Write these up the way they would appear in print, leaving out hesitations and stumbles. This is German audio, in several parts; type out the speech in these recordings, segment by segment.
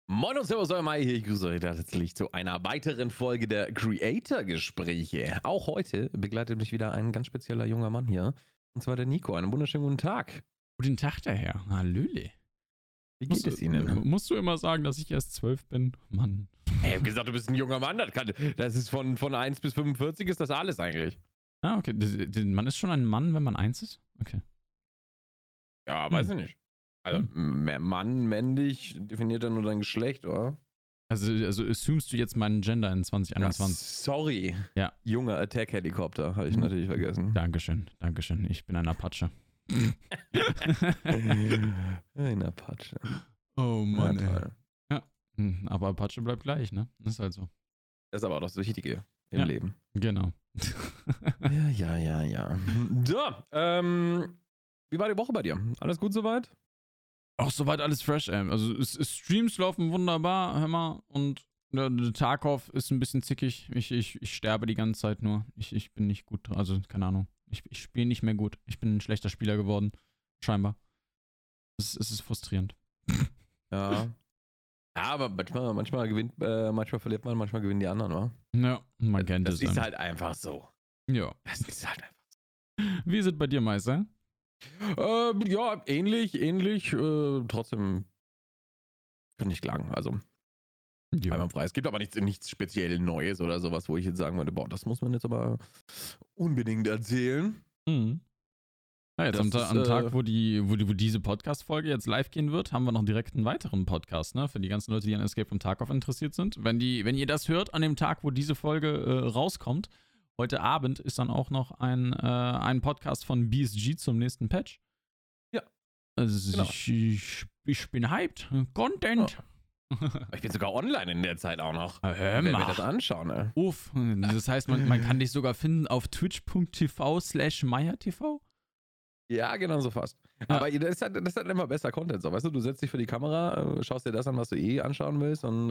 Moin und Servus, euer Mai hier. Ich grüße euch herzlich zu einer weiteren Folge der Creator-Gespräche. Auch heute begleitet mich wieder ein ganz spezieller junger Mann hier. Und zwar der Nico. Einen wunderschönen guten Tag. Guten Tag daher. Hallöle. Wie geht es Ihnen? Musst du immer sagen, dass ich erst 12 bin? Mann. Ich hab gesagt, du bist ein junger Mann. Das ist von 1 bis 45 ist das alles eigentlich. Ah, okay. Man ist schon ein Mann, wenn man 1 ist? Okay. Ja, weiß ich nicht. Also, Mann, männlich, definiert er nur dein Geschlecht, oder? Also assumest du jetzt meinen Gender in 2021? Ja, sorry. Ja. Junger Attack-Helikopter, habe ich natürlich vergessen. Dankeschön. Ich bin ein Apache. Ein Apache. Oh Mann, Ja, ey. Ja. Aber Apache bleibt gleich, ne? Ist halt so. Das ist aber auch das Wichtige im Ja. Leben. Genau. Ja. So, wie war die Woche bei dir? Alles gut soweit? Auch soweit alles fresh, ey. Also Streams laufen wunderbar, hör mal. Und der Tarkov ist ein bisschen zickig. Ich sterbe die ganze Zeit nur. Ich bin nicht gut. Also, keine Ahnung. Ich spiele nicht mehr gut. Ich bin ein schlechter Spieler geworden. Scheinbar. Es ist frustrierend. Ja. Ja, aber manchmal gewinnt, manchmal verliert man, manchmal gewinnen die anderen, wa? Ja, man kennt es. Das ist halt einfach so. Ja. Das ist halt einfach Wie ist es bei dir, Meister? ja, ähnlich. Trotzdem kann ich klagen. Also, einwandfrei. Es gibt aber nichts speziell Neues oder sowas, wo ich jetzt sagen würde, boah, das muss man jetzt aber unbedingt erzählen. Mhm. Ja, jetzt am Tag, wo diese Podcast-Folge jetzt live gehen wird, haben wir noch direkt einen weiteren Podcast, ne? Für die ganzen Leute, die an Escape from Tarkov interessiert sind. Wenn ihr das hört, an dem Tag, wo diese Folge rauskommt, heute Abend ist dann auch noch ein Podcast von BSG zum nächsten Patch. Ja. Also genau. ich bin hyped. Content. Ja. Ich bin sogar online in der Zeit auch noch. Hör Wenn mal. wir das anschauen, ne? Uff. Das heißt, man kann dich sogar finden auf twitch.tv/meiertv. Ja, genau so fast. Ja. Aber das ist halt immer besser Content, so, weißt du? Du setzt dich vor die Kamera, schaust dir das an, was du anschauen willst und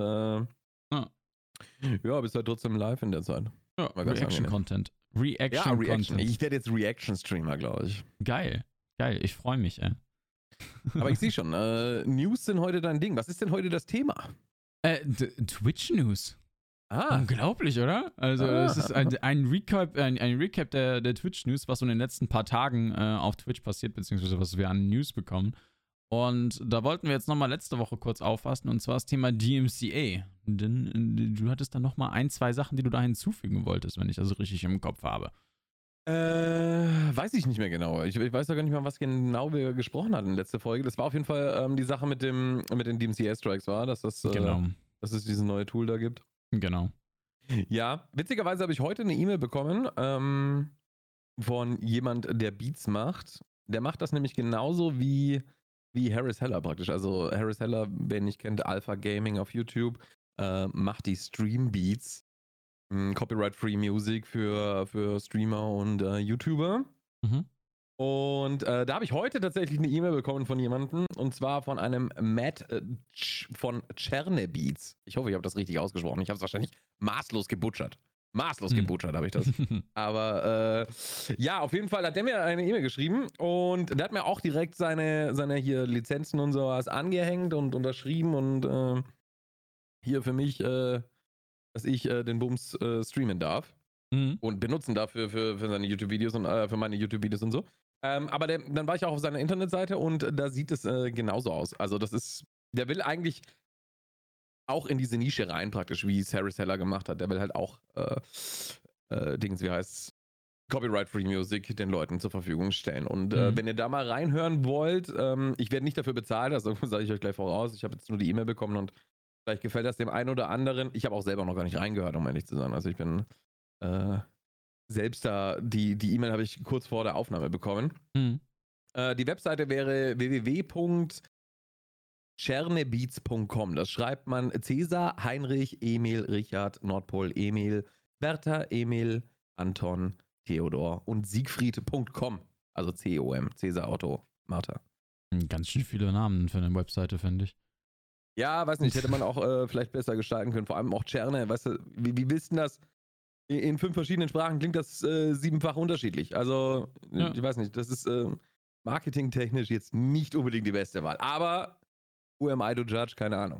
ja, bist halt trotzdem live in der Zeit. Ja, Reaction-Content. Reaction. Ich werde jetzt Reaction-Streamer, glaube ich. Geil, ich freue mich, ey. Aber ich sehe schon, News sind heute dein Ding. Was ist denn heute das Thema? Twitch-News. Ah. Unglaublich, oder? Also, es ist ein Recap der Twitch-News, was so in den letzten paar Tagen auf Twitch passiert, beziehungsweise was wir an News bekommen. Und da wollten wir jetzt nochmal letzte Woche kurz auffassen, und zwar das Thema DMCA. Denn du hattest da nochmal 1, 2 Sachen, die du da hinzufügen wolltest, wenn ich das richtig im Kopf habe. Weiß ich nicht mehr genau. Ich weiß ja gar nicht mehr, was genau wir gesprochen hatten in letzter Folge. Das war auf jeden Fall die Sache mit den DMCA-Strikes war, dass es dieses neue Tool da gibt. Genau. Ja, witzigerweise habe ich heute eine E-Mail bekommen von jemand, der Beats macht. Der macht das nämlich genauso wie Harris Heller praktisch. Also Harris Heller, wer ihn nicht kennt, Alpha Gaming auf YouTube, macht die Stream Beats. Copyright-Free Music für Streamer und YouTuber. Mhm. Und da habe ich heute tatsächlich eine E-Mail bekommen von jemandem, und zwar von einem Matt von Chernebeats. Ich hoffe, ich habe das richtig ausgesprochen. Ich habe es wahrscheinlich maßlos gebutschert. Gebutschert habe ich das. Aber ja, auf jeden Fall hat der mir eine E-Mail geschrieben, und der hat mir auch direkt seine hier Lizenzen und sowas angehängt und unterschrieben und hier für mich, dass ich den Bums streamen darf und benutzen darf für seine YouTube-Videos und für meine YouTube-Videos und so. Aber dann war ich auch auf seiner Internetseite, und da sieht es genauso aus. Also der will eigentlich auch in diese Nische rein praktisch, wie es Harris Heller gemacht hat. Der will halt auch Copyright-Free Music den Leuten zur Verfügung stellen. Und wenn ihr da mal reinhören wollt, ich werde nicht dafür bezahlt, also sage ich euch gleich voraus. Ich habe jetzt nur die E-Mail bekommen, und vielleicht gefällt das dem einen oder anderen. Ich habe auch selber noch gar nicht reingehört, um ehrlich zu sein. Also ich bin selbst da, die E-Mail habe ich kurz vor der Aufnahme bekommen. Die Webseite wäre www.chernebeats.com. Das schreibt man Cäsar, Heinrich, Emil, Richard, Nordpol, Emil, Bertha, Emil, Anton, Theodor und Siegfried.com. Also C-O-M, Cäsar, Otto, Martha. Ganz schön viele Namen für eine Webseite, finde ich. Ja, weiß nicht, hätte man auch vielleicht besser gestalten können. Vor allem auch Czerne, weißt du, wie willst du das? In 5 verschiedenen Sprachen klingt das 7-fach unterschiedlich. Also, ich weiß nicht, das ist marketingtechnisch jetzt nicht unbedingt die beste Wahl. Aber who am I to judge? Keine Ahnung.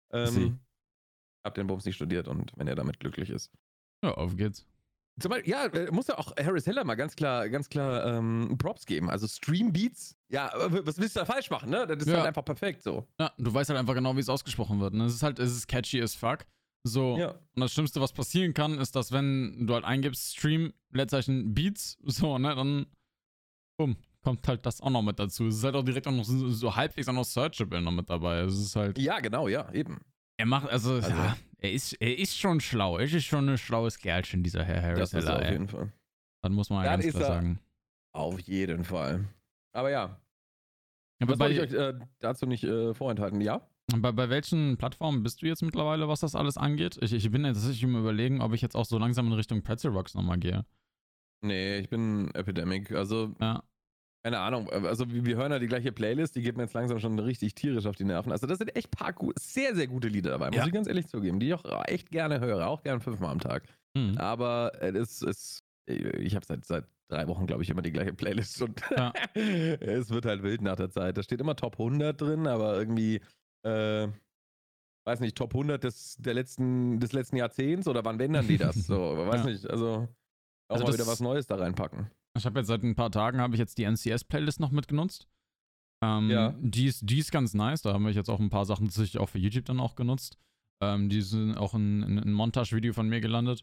Sie. Hab den Bums nicht studiert und wenn er damit glücklich ist. Ja, auf geht's. Zum Beispiel, ja, muss ja auch Harris Heller mal ganz klar Props geben. Also Streambeats, ja, was willst du da falsch machen, ne? Das ist halt einfach perfekt so. Ja, du weißt halt einfach genau, wie es ausgesprochen wird. Ne? Es ist catchy as fuck. So, Ja. und das Schlimmste, was passieren kann, ist, dass wenn du halt eingibst, Stream, Leerzeichen Beats, so, ne, dann, bumm, kommt halt das auch noch mit dazu. Es ist halt auch direkt auch noch so halbwegs auch noch searchable noch mit dabei. Es ist halt. Ja, genau, ja, eben. Er macht, ja, er ist schon schlau. Er ist schon ein schlaues Kerlchen, dieser Herr Harris Heller. Das ist auf jeden Fall. Das muss man ja ganz klar sagen. Auf jeden Fall. Aber ja. Aber was wollte ich euch dazu nicht vorenthalten, ja? Bei welchen Plattformen bist du jetzt mittlerweile, was das alles angeht? Ich bin jetzt tatsächlich im Überlegen, ob ich jetzt auch so langsam in Richtung Pretzel Rocks nochmal gehe. Nee, ich bin Epidemic. Also, keine Ahnung. Also, wir hören ja die gleiche Playlist, die geht mir jetzt langsam schon richtig tierisch auf die Nerven. Also, das sind echt paar sehr, sehr gute Lieder dabei, muss ich ganz ehrlich zugeben, die ich auch echt gerne höre, auch gerne 5-mal am Tag. Mhm. Aber ich habe seit 3 Wochen, glaube ich, immer die gleiche Playlist und es wird halt wild nach der Zeit. Da steht immer Top 100 drin, aber irgendwie weiß nicht, Top 100 des letzten Jahrzehnts oder wann ändern die das? So, weiß nicht, also auch mal wieder was Neues da reinpacken. Ich habe jetzt seit ein paar Tagen die NCS-Playlist noch mitgenutzt. Die ist ganz nice, da haben wir jetzt auch ein paar Sachen tatsächlich auch für YouTube dann auch genutzt. Die sind auch in ein Montage-Video von mir gelandet.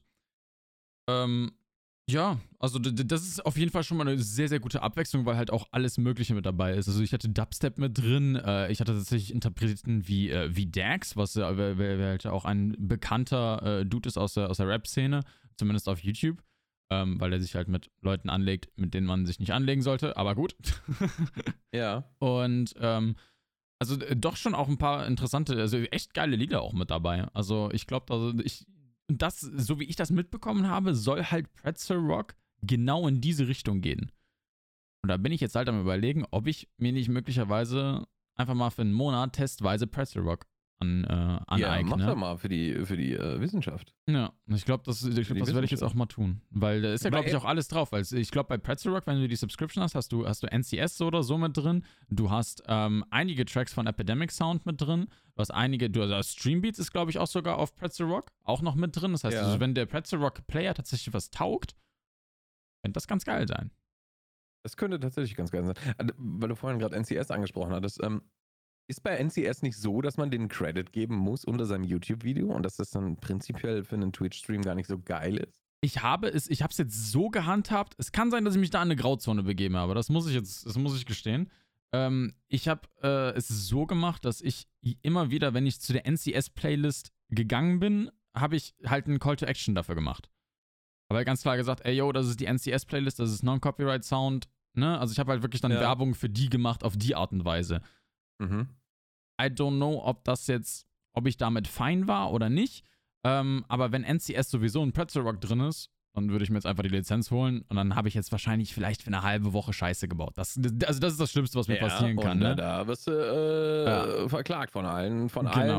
Ja, also das ist auf jeden Fall schon mal eine sehr, sehr gute Abwechslung, weil halt auch alles Mögliche mit dabei ist. Also ich hatte Dubstep mit drin, ich hatte tatsächlich Interpreten wie Dax, was halt auch ein bekannter Dude ist aus der Rap-Szene, zumindest auf YouTube, weil er sich halt mit Leuten anlegt, mit denen man sich nicht anlegen sollte, aber gut. Ja. Und also doch schon auch ein paar interessante, also echt geile Lieder auch mit dabei. Also ich glaube, das, so wie ich das mitbekommen habe, soll halt Pretzel Rock genau in diese Richtung gehen. Und da bin ich jetzt halt am Überlegen, ob ich mir nicht möglicherweise einfach mal für einen Monat testweise Pretzel Rock aneigne. Ja, mach doch mal für die Wissenschaft. Ja, ich glaube, das werde ich jetzt auch mal tun. Weil da ist ja, glaube ich, auch alles drauf. Weil ich glaube, bei Pretzel Rock, wenn du die Subscription hast du NCS so oder so mit drin. Du hast einige Tracks von Epidemic Sound mit drin. Du hast Streambeats ist, glaube ich, auch sogar auf Pretzel Rock auch noch mit drin. Das heißt, also, wenn der Pretzel Rock Player tatsächlich was taugt, könnte das ganz geil sein. Das könnte tatsächlich ganz geil sein. Weil du vorhin gerade NCS angesprochen hattest, ist bei NCS nicht so, dass man den Credit geben muss unter seinem YouTube-Video und dass das dann prinzipiell für einen Twitch-Stream gar nicht so geil ist? Ich habe es jetzt so gehandhabt. Es kann sein, dass ich mich da in eine Grauzone begeben habe. Das muss ich gestehen. Ich habe es so gemacht, dass ich immer wieder, wenn ich zu der NCS-Playlist gegangen bin, habe ich halt einen Call to Action dafür gemacht. Aber ganz klar gesagt, ey, yo, das ist die NCS-Playlist, das ist Non-Copyright-Sound, ne? Also ich habe halt wirklich dann Werbung für die gemacht auf die Art und Weise. Mhm. I don't know, ob ich damit fein war oder nicht. Aber wenn NCS sowieso in Pretzel Rock drin ist, dann würde ich mir jetzt einfach die Lizenz holen und dann habe ich jetzt wahrscheinlich vielleicht für eine halbe Woche Scheiße gebaut. Das ist das Schlimmste, was mir passieren kann. Ne? Da wirst du verklagt von allen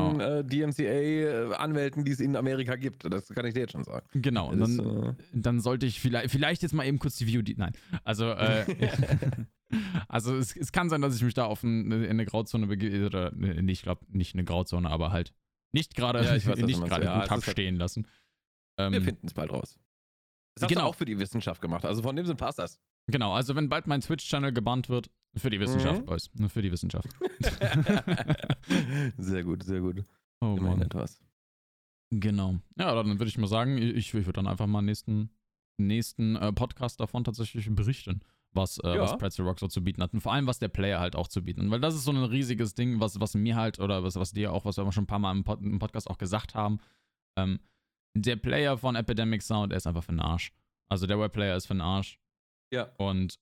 DMCA-Anwälten, die es in Amerika gibt. Das kann ich dir jetzt schon sagen. Genau. Und dann sollte ich vielleicht jetzt mal eben kurz die VOD. Nein. Also, also es kann sein, dass ich mich da in eine Grauzone begebe. Oder ich glaube nicht eine Grauzone, aber halt nicht gerade gut habe stehen lassen. Wir finden es bald raus. Das hast du auch für die Wissenschaft gemacht. Also von dem Sinn passt das. Genau, also wenn bald mein Twitch-Channel gebannt wird, für die Wissenschaft, Boys. Für die Wissenschaft. Sehr gut, sehr gut. Oh Mann. Etwas. Genau. Ja, dann würde ich mal sagen, ich würde dann einfach mal nächsten Podcast davon tatsächlich berichten, was Pretzel Rock so zu bieten hat. Und vor allem, was der Player halt auch zu bieten hat. Weil das ist so ein riesiges Ding, was mir halt, oder was dir auch, was wir schon ein paar Mal im Podcast auch gesagt haben, der Player von Epidemic Sound, er ist einfach für den Arsch. Also der Webplayer ist für den Arsch. Ja. Und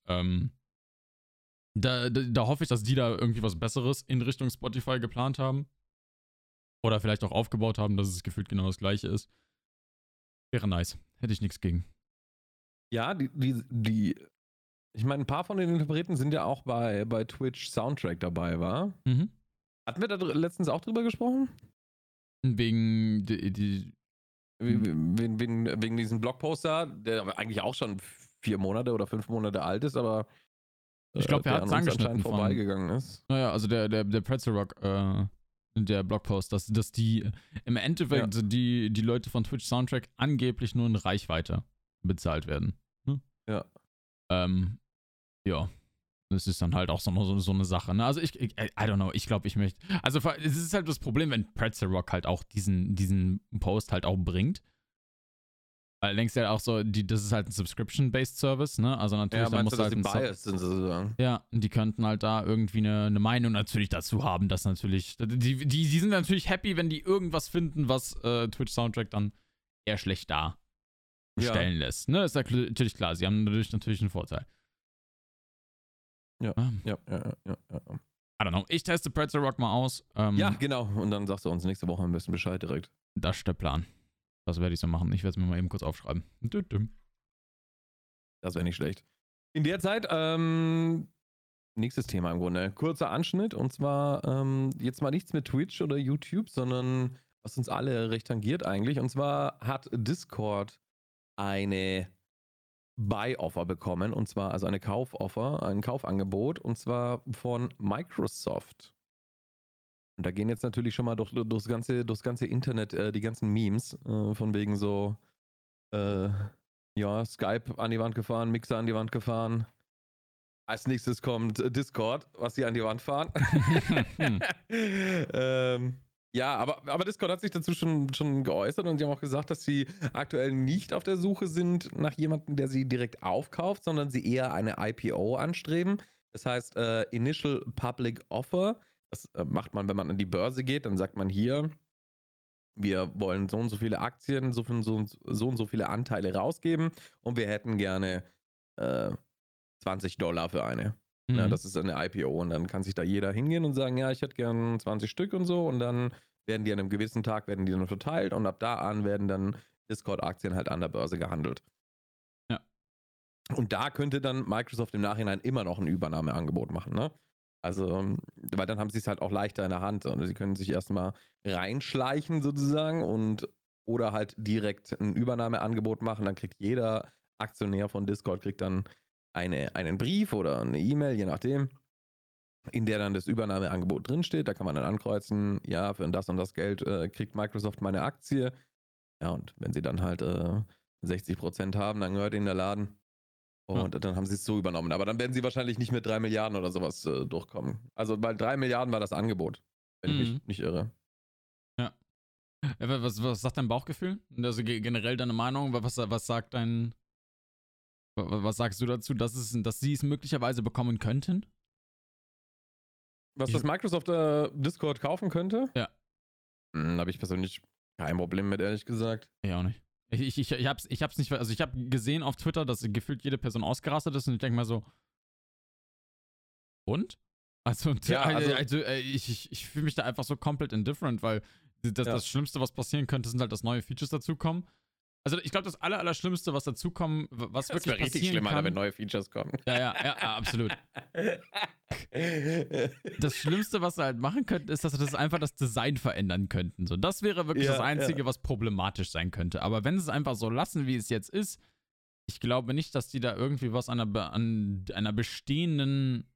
da hoffe ich, dass die da irgendwie was Besseres in Richtung Spotify geplant haben. Oder vielleicht auch aufgebaut haben, dass es gefühlt genau das gleiche ist. Wäre nice. Hätte ich nichts gegen. Ja, ich meine, ein paar von den Interpreten sind ja auch bei Twitch Soundtrack dabei, war? Mhm. Hatten wir da letztens auch drüber gesprochen? Wegen wegen diesem Blogposter, der eigentlich auch schon 4 Monate oder 5 Monate alt ist, aber ich glaube, er hat es angeschnitten vorbeigegangen ist. Naja, also der Pretzel Rock der Blogpost, dass die im Endeffekt die Leute von Twitch Soundtrack angeblich nur in Reichweite bezahlt werden. Ne? Ja. Ja. Das ist dann halt auch so eine Sache. Ne? Also I don't know, ich glaube, ich möchte. Also es ist halt das Problem, wenn Pretzel Rock halt auch diesen Post halt auch bringt. Weil denkst du ja auch so, das ist halt ein Subscription-based Service, ne? Also natürlich, ja, da muss du, dass halt die biased sind sozusagen. ja, die könnten halt da irgendwie eine Meinung natürlich dazu haben, dass natürlich, die sind natürlich happy, wenn die irgendwas finden, was Twitch Soundtrack dann eher schlecht darstellen lässt. Ne? Ist ja natürlich klar, sie haben natürlich einen Vorteil. Ja. I don't know. Ich teste Pretzel Rock mal aus. Ja, genau. Und dann sagst du uns nächste Woche am besten Bescheid direkt. Das ist der Plan. Das werde ich so machen. Ich werde es mir mal eben kurz aufschreiben. Das wäre nicht schlecht. In der Zeit, nächstes Thema im Grunde. Kurzer Anschnitt. Und zwar jetzt mal nichts mit Twitch oder YouTube, sondern was uns alle recht tangiert eigentlich. Und zwar hat Discord eine Buy-Offer bekommen. Und zwar also eine Kaufoffer, ein Kaufangebot. Und zwar von Microsoft. Und da gehen jetzt natürlich schon mal durchs ganze Internet die ganzen Memes von wegen so Skype an die Wand gefahren, Mixer an die Wand gefahren. Als nächstes kommt Discord, was sie an die Wand fahren. Ja, aber Discord hat sich dazu schon geäußert und sie haben auch gesagt, dass sie aktuell nicht auf der Suche sind nach jemandem, der sie direkt aufkauft, sondern sie eher eine IPO anstreben. Das heißt Initial Public Offer. Das macht man, wenn man an die Börse geht, dann sagt man hier, wir wollen so und so viele Aktien, so und so viele Anteile rausgeben und wir hätten gerne $20 für eine. Mhm. Ja, das ist eine IPO und dann kann sich da jeder hingehen und sagen, ja, ich hätte gern 20 Stück und so und dann werden die an einem gewissen Tag dann verteilt und ab da an werden dann Discord-Aktien halt an der Börse gehandelt. Ja. Und da könnte dann Microsoft im Nachhinein immer noch ein Übernahmeangebot machen, ne? Also, weil dann haben sie es halt auch leichter in der Hand und sie können sich erstmal reinschleichen sozusagen oder halt direkt ein Übernahmeangebot machen, dann kriegt jeder Aktionär von Discord kriegt dann einen Brief oder eine E-Mail, je nachdem, in der dann das Übernahmeangebot drinsteht. Da kann man dann ankreuzen, ja, für das und das Geld kriegt Microsoft meine Aktie. Ja, und wenn sie dann halt 60% haben, dann gehört ihnen der Laden. Und dann haben sie es so übernommen. Aber dann werden sie wahrscheinlich nicht mit 3 Milliarden oder sowas durchkommen. Also, weil 3 Milliarden war das Angebot, wenn ich mich nicht irre. Ja. Was sagt dein Bauchgefühl? Also generell deine Meinung? Was sagt was sagst du dazu, dass sie es möglicherweise bekommen könnten? Was das Microsoft Discord kaufen könnte? Ja. Habe ich persönlich kein Problem mit, ehrlich gesagt. Ja, auch nicht. Ich hab's nicht, also ich habe gesehen auf Twitter, dass gefühlt jede Person ausgerastet ist und ich denke mal so, und? Also, ich fühle mich da einfach so komplett indifferent, weil das Schlimmste, was passieren könnte, sind halt, dass neue Features dazukommen. Also ich glaube, das Allerschlimmste, was dazukommen, was das wirklich passieren richtig schlimm, kann. Wenn neue Features kommen. Ja, absolut. Das Schlimmste, was sie halt machen könnten, ist, dass sie das einfach das Design verändern könnten. So, das wäre wirklich das Einzige, was problematisch sein könnte. Aber wenn sie es einfach so lassen, wie es jetzt ist, ich glaube nicht, dass die da irgendwie was an einer bestehenden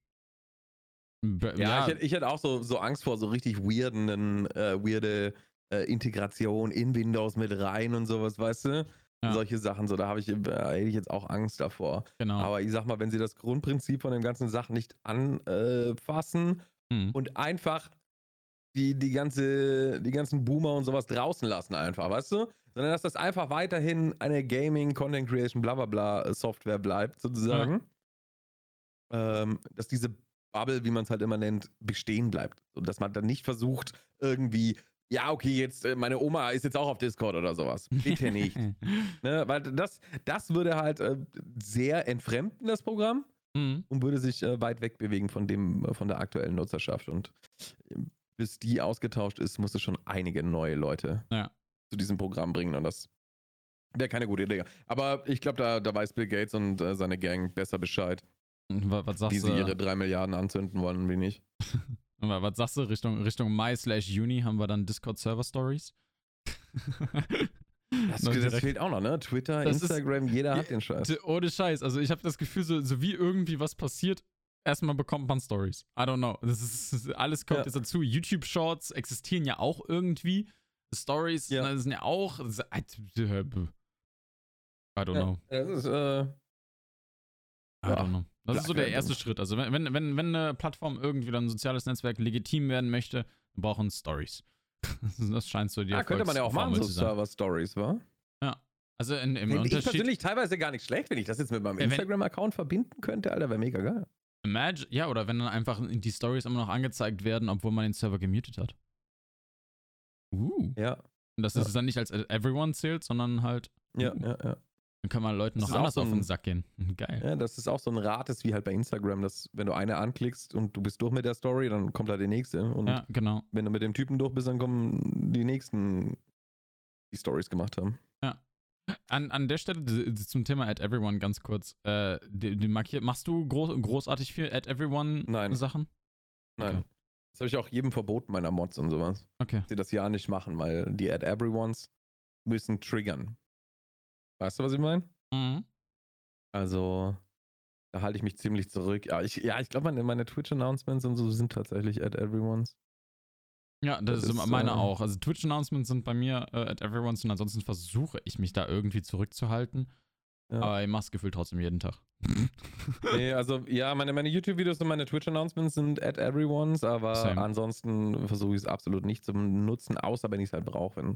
ich hätte auch so Angst vor so richtig weirde Integration in Windows mit rein und sowas, weißt du? Ja. Solche Sachen, so, da hätte ich jetzt auch Angst davor. Genau. Aber ich sag mal, wenn sie das Grundprinzip von den ganzen Sachen nicht anfassen und einfach die ganzen Boomer und sowas draußen lassen einfach, weißt du? Sondern dass das einfach weiterhin eine Gaming, Content Creation, bla bla bla Software bleibt, sozusagen. Ja. Dass diese Bubble, wie man es halt immer nennt, bestehen bleibt. Und dass man dann nicht versucht, irgendwie ja, okay, jetzt, meine Oma ist jetzt auch auf Discord oder sowas. Bitte nicht. Ne, weil das würde halt sehr entfremden, das Programm, und würde sich weit weg bewegen von der aktuellen Nutzerschaft. Und bis die ausgetauscht ist, musst du schon einige neue Leute zu diesem Programm bringen. Und das wäre keine gute Idee. Aber ich glaube, da weiß Bill Gates und seine Gang besser Bescheid. Was sagst wie sie ihre 3 Milliarden anzünden wollen und wie nicht. Was sagst du? Richtung Mai/Juni haben wir dann Discord-Server-Stories? Das fehlt auch noch, ne? Twitter, Instagram, jeder hat den Scheiß. Ohne Scheiß. Also ich habe das Gefühl, so wie irgendwie was passiert, erstmal bekommt man Stories. I don't know. Alles kommt jetzt dazu. YouTube-Shorts existieren ja auch irgendwie. Stories sind ja auch. I don't know. Das ist, I don't know. Das ist so der erste Schritt. Also wenn eine Plattform irgendwie dann ein soziales Netzwerk legitim werden möchte, brauchen Stories. Das scheint so die könnte man ja auch machen, so Server-Stories, wa? Ja. Also im Unterschied. Ich persönlich teilweise gar nicht schlecht, wenn ich das jetzt mit meinem Instagram-Account verbinden könnte, Alter, wäre mega geil. Oder wenn dann einfach die Stories immer noch angezeigt werden, obwohl man den Server gemutet hat. Ja. Und das ist dann nicht als everyone zählt, sondern halt. Ja. Dann kann man Leuten noch anders auf den Sack gehen. Geil. Ja, das ist auch so ein Rat, ist wie halt bei Instagram, dass wenn du eine anklickst und du bist durch mit der Story, dann kommt halt die nächste. Und ja, genau. wenn du mit dem Typen durch bist, dann kommen die nächsten, die Stories gemacht haben. Ja. An der Stelle zum Thema @everyone ganz kurz. Machst du großartig viel @everyone-Sachen? Nein. Okay. Das habe ich auch jedem verboten, meiner Mods und sowas. Okay. Die das ja nicht machen, weil die @everyones müssen triggern. Weißt du, was ich meine? Mhm. Also, da halte ich mich ziemlich zurück. Ich glaube, meine Twitch-Announcements und so sind tatsächlich @everyones. Ja, das ist meine auch. Also Twitch-Announcements sind bei mir @everyones und ansonsten versuche ich mich da irgendwie zurückzuhalten. Ja. Aber ich mache es gefühlt trotzdem jeden Tag. Nee, also ja, meine YouTube-Videos und meine Twitch-Announcements sind @everyones, aber Same. Ansonsten versuche ich es absolut nicht zu nutzen, außer wenn ich es halt brauche.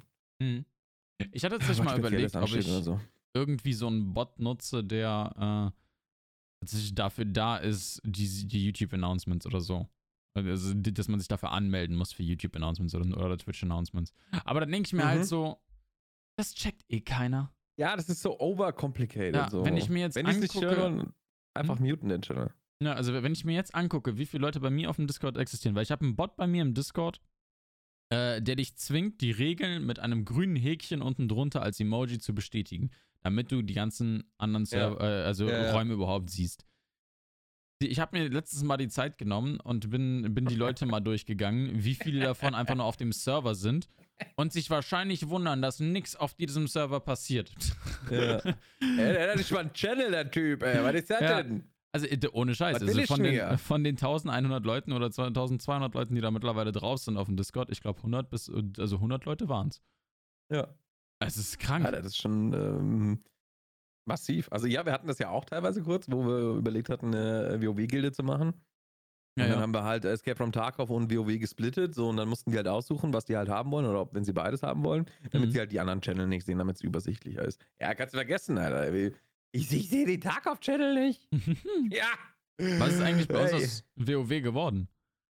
Ich hatte tatsächlich mal überlegt, ob ich irgendwie so einen Bot nutze, der tatsächlich dafür da ist, die YouTube-Announcements oder so. Also, dass man sich dafür anmelden muss für YouTube-Announcements oder Twitch-Announcements. Aber dann denke ich mir halt so, das checkt eh keiner. Ja, das ist so overcomplicated. Ja, so. Wenn ich mir jetzt angucke, einfach muten den Channel. Ja, also wenn ich mir jetzt angucke, wie viele Leute bei mir auf dem Discord existieren, weil ich habe einen Bot bei mir im Discord, der dich zwingt, die Regeln mit einem grünen Häkchen unten drunter als Emoji zu bestätigen, damit du die ganzen anderen Räume überhaupt siehst. Ich habe mir letztes Mal die Zeit genommen und bin die Leute mal durchgegangen, wie viele davon einfach nur auf dem Server sind und sich wahrscheinlich wundern, dass nichts auf diesem Server passiert. Ja. Der hat nicht mal einen Channel, der Typ, ey. Was ist das denn? Also ohne Scheiß. Also von den 1100 Leuten oder 2200 Leuten, die da mittlerweile drauf sind auf dem Discord, ich glaube 100 Leute waren es. Ja. Es ist krank. Ja, das ist schon massiv. Also ja, wir hatten das ja auch teilweise kurz, wo wir überlegt hatten, eine WoW-Gilde zu machen. Und dann haben wir halt Escape from Tarkov und WoW gesplittet, so, und dann mussten die halt aussuchen, was die halt haben wollen oder wenn sie beides haben wollen, damit sie halt die anderen Channel nicht sehen, damit es übersichtlicher ist. Ja, kannst du vergessen, Alter. Ich sehe den Tarkov-Channel nicht. Ja. Was ist eigentlich bei uns aus WoW geworden?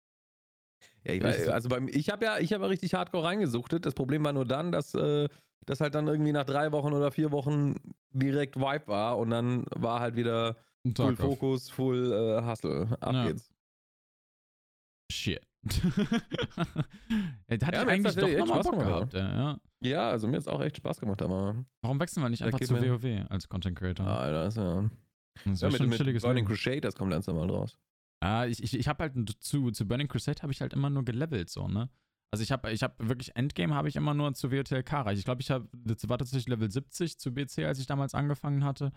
Ja, ich weiß, also ich habe ja richtig hardcore reingesuchtet. Das Problem war nur dann, dass das halt dann irgendwie nach 3 Wochen oder 4 Wochen direkt Vibe war und dann war halt wieder Full Fokus, Full Hustle. Ab geht's. Shit. Der hat ja eigentlich doch nochmal Bock gehabt. Ja, also mir hat es auch echt Spaß gemacht. Aber warum wechseln wir nicht einfach zu WoW als Content Creator? Das ist ja mit Burning Crusade, das kommt langsam mal raus. Ich habe halt zu Burning Crusade habe ich halt immer nur gelevelt, so, ne? Also ich habe wirklich Endgame habe ich immer nur zu WOTLK erreicht. Ich glaube, das war tatsächlich Level 70 zu BC, als ich damals angefangen hatte.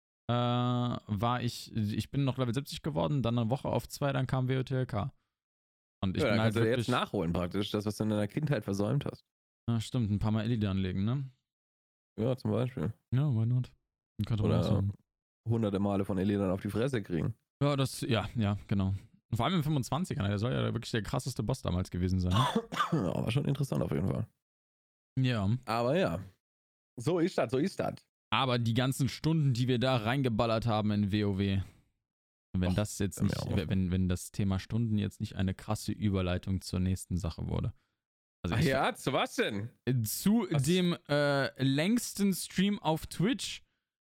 Ich bin noch Level 70 geworden, dann eine Woche auf 2, dann kam WOTLK. Und ich bin halt wirklich jetzt nachholen praktisch, das, was du in deiner Kindheit versäumt hast. Ja, stimmt, ein paar Mal Elite anlegen, ne? Ja, zum Beispiel. Ja, why not? Oder hunderte Male von Elite auf die Fresse kriegen. Ja, genau. Und vor allem im 25er, der soll ja wirklich der krasseste Boss damals gewesen sein. Ne? Ja, war schon interessant auf jeden Fall. Ja. Aber ja, so ist das. Aber die ganzen Stunden, die wir da reingeballert haben in WoW, wenn das jetzt nicht, wenn das Thema Stunden jetzt nicht eine krasse Überleitung zur nächsten Sache wurde. Also zu was denn? Zu dem längsten Stream auf Twitch.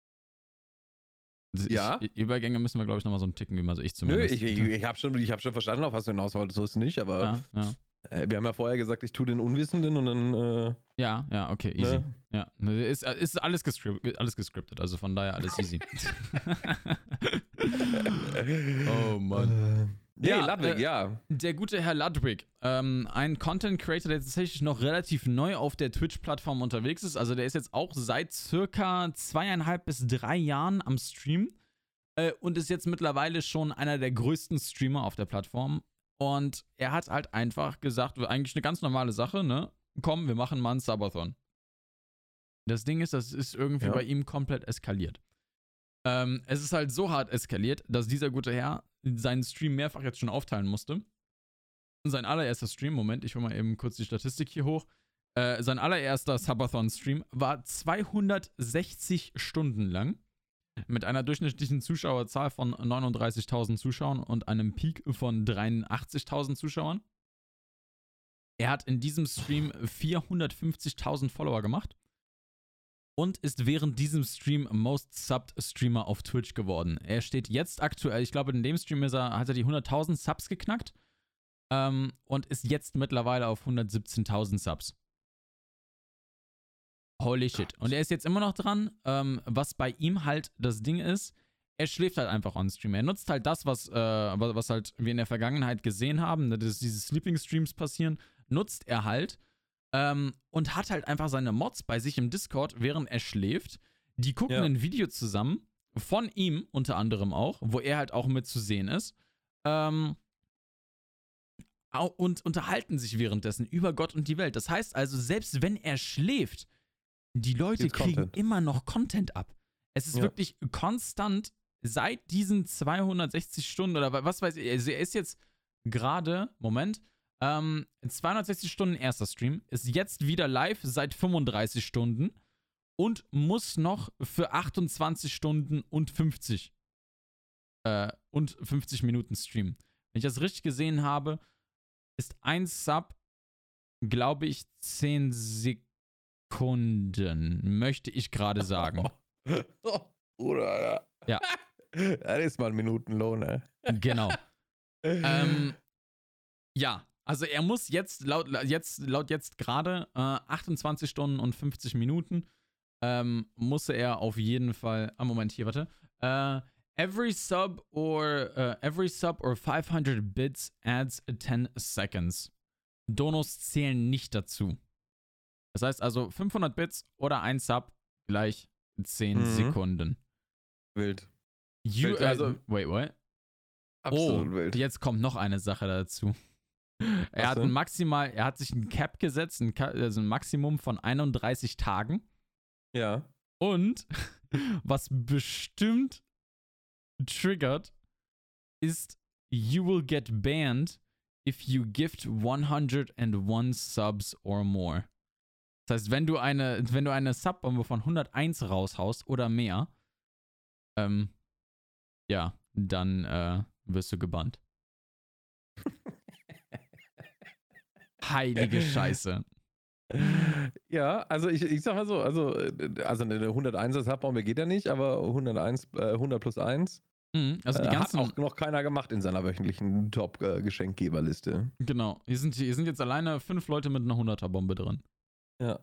Also Übergänge müssen wir, glaube ich, nochmal so einen Ticken üben, also ich zumindest. Nö, ich habe schon verstanden, auf was du hinaus wolltest, so ist es nicht, aber wir haben ja vorher gesagt, ich tue den Unwissenden und dann ja, okay, easy. Ne? Ja, ist alles gescriptet, also von daher alles easy. Oh Mann. Ludwig, Der gute Herr Ludwig, ein Content Creator, der tatsächlich noch relativ neu auf der Twitch-Plattform unterwegs ist. Also der ist jetzt auch seit circa 2,5 bis 3 Jahren am Stream. und ist jetzt mittlerweile schon einer der größten Streamer auf der Plattform. Und er hat halt einfach gesagt, eigentlich eine ganz normale Sache, ne? Komm, wir machen mal einen Subathon. Das Ding ist, das ist irgendwie bei ihm komplett eskaliert. Es ist halt so hart eskaliert, dass dieser gute Herr seinen Stream mehrfach jetzt schon aufteilen musste. Sein allererster Stream, Moment, ich hole mal eben kurz die Statistik hier hoch. Sein allererster Subathon-Stream war 260 Stunden lang. Mit einer durchschnittlichen Zuschauerzahl von 39.000 Zuschauern und einem Peak von 83.000 Zuschauern. Er hat in diesem Stream 450.000 Follower gemacht und ist während diesem Stream Most Subbed Streamer auf Twitch geworden. Er steht jetzt aktuell, ich glaube in dem Stream hat er die 100.000 Subs geknackt und ist jetzt mittlerweile auf 117.000 Subs. Holy shit. Und er ist jetzt immer noch dran. Was bei ihm halt das Ding ist, er schläft halt einfach on Stream. Er nutzt halt das, was halt wir in der Vergangenheit gesehen haben, dass diese Sleeping-Streams passieren, nutzt er halt und hat halt einfach seine Mods bei sich im Discord, während er schläft. Die gucken ein Video zusammen, von ihm unter anderem auch, wo er halt auch mit zu sehen ist. Und unterhalten sich währenddessen über Gott und die Welt. Das heißt also, selbst wenn er schläft, die Leute kriegen immer noch Content ab. Es ist wirklich konstant seit diesen 260 Stunden oder was weiß ich. Also er ist jetzt gerade, 260 Stunden erster Stream, ist jetzt wieder live seit 35 Stunden und muss noch für 28 Stunden und 50 Minuten streamen. Wenn ich das richtig gesehen habe, ist ein Sub, glaube ich, 10 Sekunden, möchte ich gerade sagen. Oder? Ja. Das ist mal ein Minutenlohn, ne? Genau. Ja, also er muss jetzt laut jetzt gerade 28 Stunden und 50 Minuten muss er auf jeden Fall. Moment, hier, warte. Every sub or 500 bits adds 10 seconds. Donos zählen nicht dazu. Das heißt also 500 Bits oder ein Sub gleich 10 Sekunden. Wild. Wait. Absolut wild. Jetzt kommt noch eine Sache dazu. Er hat sich ein Cap gesetzt, also ein Maximum von 31 Tagen. Ja. Und was bestimmt triggert, ist you will get banned if you gift 101 subs or more. Das heißt, wenn du eine Subbombe von 101 raushaust oder mehr, dann wirst du gebannt. Heilige Scheiße. Ja, also ich sag mal so, also eine 101er Subbombe geht ja nicht, aber 100 plus 1 also die ganzen, hat auch noch keiner gemacht in seiner wöchentlichen Top-Geschenkgeberliste. Genau, hier sind jetzt alleine 5 Leute mit einer 100er-Bombe drin. Ja.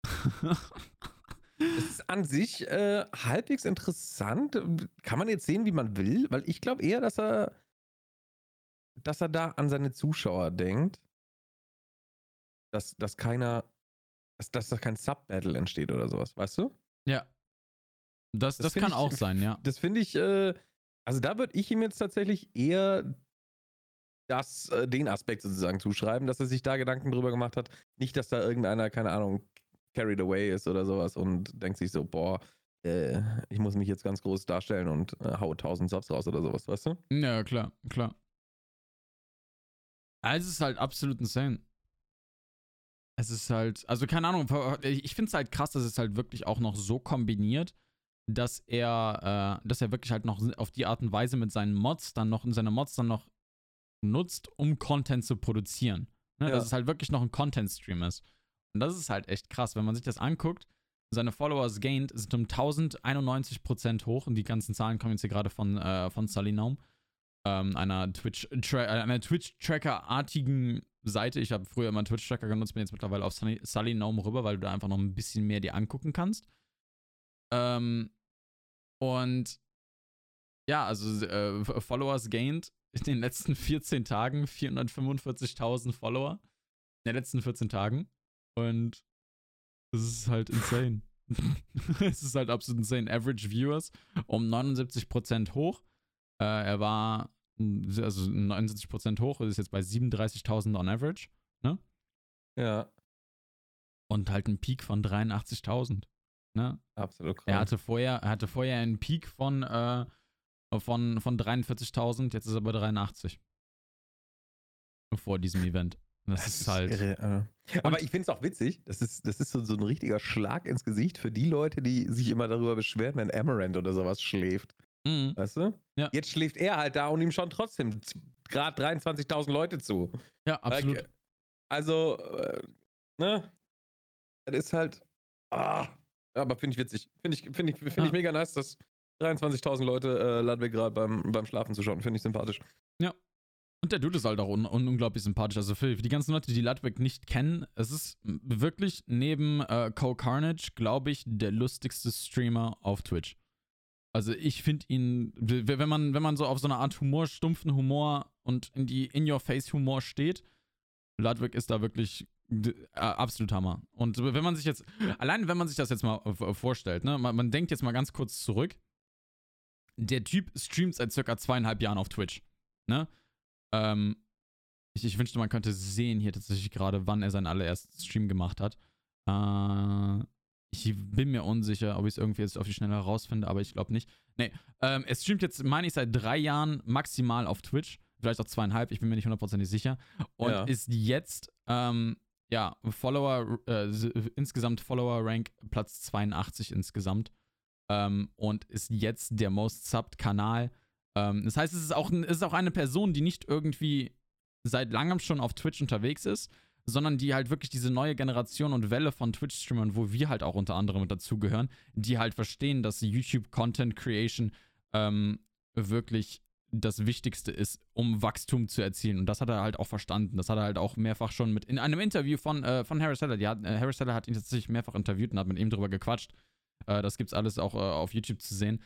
Es ist an sich halbwegs interessant. Kann man jetzt sehen, wie man will, weil ich glaube eher, dass er da an seine Zuschauer denkt, dass da kein Sub-Battle entsteht oder sowas, weißt du? Ja. Das kann auch sein, ja. Das finde ich, also da würde ich ihm jetzt tatsächlich eher den Aspekt sozusagen zuschreiben, dass er sich da Gedanken drüber gemacht hat. Nicht, dass da irgendeiner, keine Ahnung, carried away ist oder sowas und denkt sich so, boah, ich muss mich jetzt ganz groß darstellen und hau 1000 Subs raus oder sowas, weißt du? Ja, klar. Also es ist halt absolut insane. Es ist halt, also keine Ahnung, ich finde es halt krass, dass es halt wirklich auch noch so kombiniert, dass er wirklich halt noch auf die Art und Weise mit seine Mods dann noch nutzt, um Content zu produzieren. Ne? Ja. Dass es halt wirklich noch ein Content-Stream ist. Und das ist halt echt krass, wenn man sich das anguckt. Seine Followers gained sind um 1091% hoch und die ganzen Zahlen kommen jetzt hier gerade von Salinome, einer Twitch-Tracker-artigen Seite. Ich habe früher immer einen Twitch-Tracker genutzt, bin jetzt mittlerweile auf Salinome rüber, weil du da einfach noch ein bisschen mehr dir angucken kannst. Und ja, also Followers gained in den letzten 14 Tagen 445.000 Follower in den letzten 14 Tagen. Und das ist halt insane. Es ist halt absolut insane. Average Viewers um 79% hoch. Er war, also 79% hoch, ist jetzt bei 37.000 on average. Ne? Ja. Und halt einen Peak von 83.000. Ne? Absolut krass. Er hatte vorher einen Peak von 43.000, jetzt ist er bei 83. Vor diesem Event. Das ist halt. Irre, aber ich finde es auch witzig. Das ist so ein richtiger Schlag ins Gesicht für die Leute, die sich immer darüber beschweren, wenn Amaranth oder sowas schläft. Weißt du? Ja. Jetzt schläft er halt da und ihm schon trotzdem gerade 23.000 Leute zu. Ja, absolut. Also, ne? Das ist halt. Aber finde ich witzig. Finde ich mega nice, dass 23.000 Leute Ludwig gerade beim Schlafen zuschauen. Finde ich sympathisch. Ja. Und der Dude ist halt auch unglaublich sympathisch. Also für die ganzen Leute, die Ludwig nicht kennen, es ist wirklich neben Co-Carnage, glaube ich, der lustigste Streamer auf Twitch. Also ich finde ihn, wenn man so auf so eine Art Humor, stumpfen Humor und In-Your-Face-Humor steht, Ludwig ist da wirklich absolut Hammer. Und wenn man sich das jetzt mal vorstellt, ne, man denkt jetzt mal ganz kurz zurück, der Typ streamt seit circa 2,5 Jahren auf Twitch, ne? Ich wünschte, man könnte sehen hier tatsächlich gerade, wann er seinen allerersten Stream gemacht hat. Ich bin mir unsicher, ob ich es irgendwie jetzt auf die Schnelle herausfinde, aber ich glaube nicht. Nee, er streamt jetzt, meine ich, seit 3 Jahren maximal auf Twitch. Vielleicht auch 2,5, ich bin mir nicht 100% sicher. Und ist jetzt, insgesamt Follower-Rank Platz 82 insgesamt. Und ist jetzt der most subbed Kanal. Das heißt, es ist auch eine Person, die nicht irgendwie seit langem schon auf Twitch unterwegs ist, sondern die halt wirklich diese neue Generation und Welle von Twitch-Streamern, wo wir halt auch unter anderem dazugehören, die halt verstehen, dass YouTube-Content-Creation wirklich das Wichtigste ist, um Wachstum zu erzielen. Und das hat er halt auch verstanden. Das hat er halt auch mehrfach schon in einem Interview von Harry Seller. Harry Seller hat ihn tatsächlich mehrfach interviewt und hat mit ihm drüber gequatscht. Das gibt's alles auch auf YouTube zu sehen.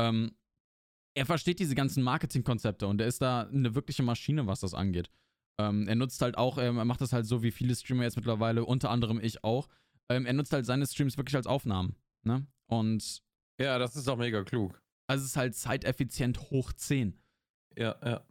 Er versteht diese ganzen Marketingkonzepte und er ist da eine wirkliche Maschine, was das angeht. Er nutzt halt auch, er macht das halt so wie viele Streamer jetzt mittlerweile, unter anderem ich auch. Er nutzt halt seine Streams wirklich als Aufnahmen. Ne? Und ja, das ist auch mega klug. Also es ist halt zeiteffizient hoch 10. Ja.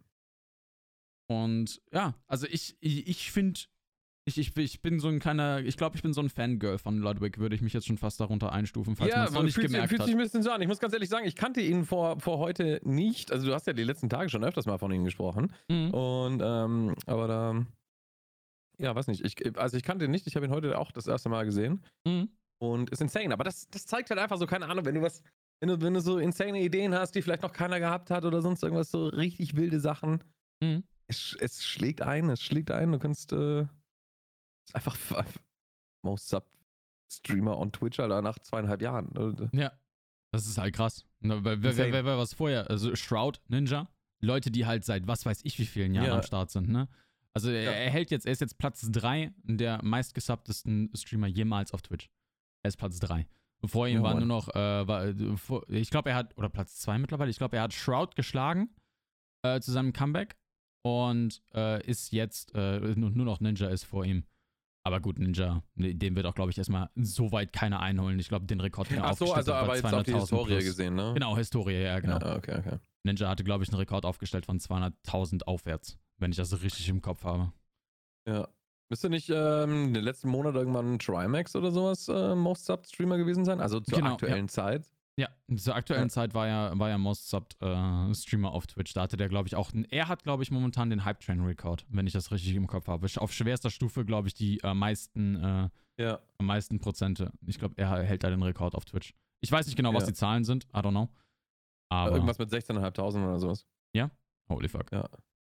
Und ja, also ich finde, ich bin so ein kleiner, ich glaube, ich bin so ein Fangirl von Ludwig, würde ich mich jetzt schon fast darunter einstufen, falls man es noch nicht gemerkt hat. Fühlt sich ein bisschen so an. Ich muss ganz ehrlich sagen, ich kannte ihn vor heute nicht. Also du hast ja die letzten Tage schon öfters mal von ihm gesprochen. Und, aber da, ja, weiß nicht. Ich kannte ihn nicht. Ich habe ihn heute auch das erste Mal gesehen. Und ist insane. Aber das zeigt halt einfach so, keine Ahnung, wenn du so insane Ideen hast, die vielleicht noch keiner gehabt hat oder sonst irgendwas, so richtig wilde Sachen. Es schlägt ein. Du kannst, ist einfach most sub Streamer on Twitch, Alter, nach 2,5 Jahren. Ja, das ist halt krass. Wer was vorher? Also Shroud, Ninja, Leute, die halt seit was weiß ich wie vielen Jahren am Start sind, ne? Also er ist jetzt Platz 3 der meistgesubbtesten Streamer jemals auf Twitch. Er ist Platz 3. Vor ihm war nur noch, ich glaube, er hat, oder Platz 2 mittlerweile, ich glaube, er hat Shroud geschlagen zu seinem Comeback und ist jetzt, nur noch Ninja ist vor ihm. Aber gut, Ninja, den wird auch, glaube ich, erstmal so weit keiner einholen. Ich glaube, den Rekord den Ach so, also aber jetzt auf die Historie plus. Gesehen, ne? Genau, Historie, ja, genau. Ja, okay. Ninja hatte, glaube ich, einen Rekord aufgestellt von 200.000 aufwärts, wenn ich das richtig im Kopf habe. Ja. Müsste nicht in den letzten Monaten irgendwann Trimax oder sowas Most Subbed Streamer gewesen sein? Also zur aktuellen Zeit? Ja, zur aktuellen Zeit war ja Most Subbed Streamer auf Twitch. Da hatte der, glaube ich, auch, er hat, glaube ich, momentan den Hype-Train-Rekord, wenn ich das richtig im Kopf habe. Auf schwerster Stufe, glaube ich, die meisten Prozente. Ich glaube, er hält da den Rekord auf Twitch. Ich weiß nicht genau, was die Zahlen sind. I don't know. Aber irgendwas mit 16.500 oder sowas. Ja? Holy fuck. Ja,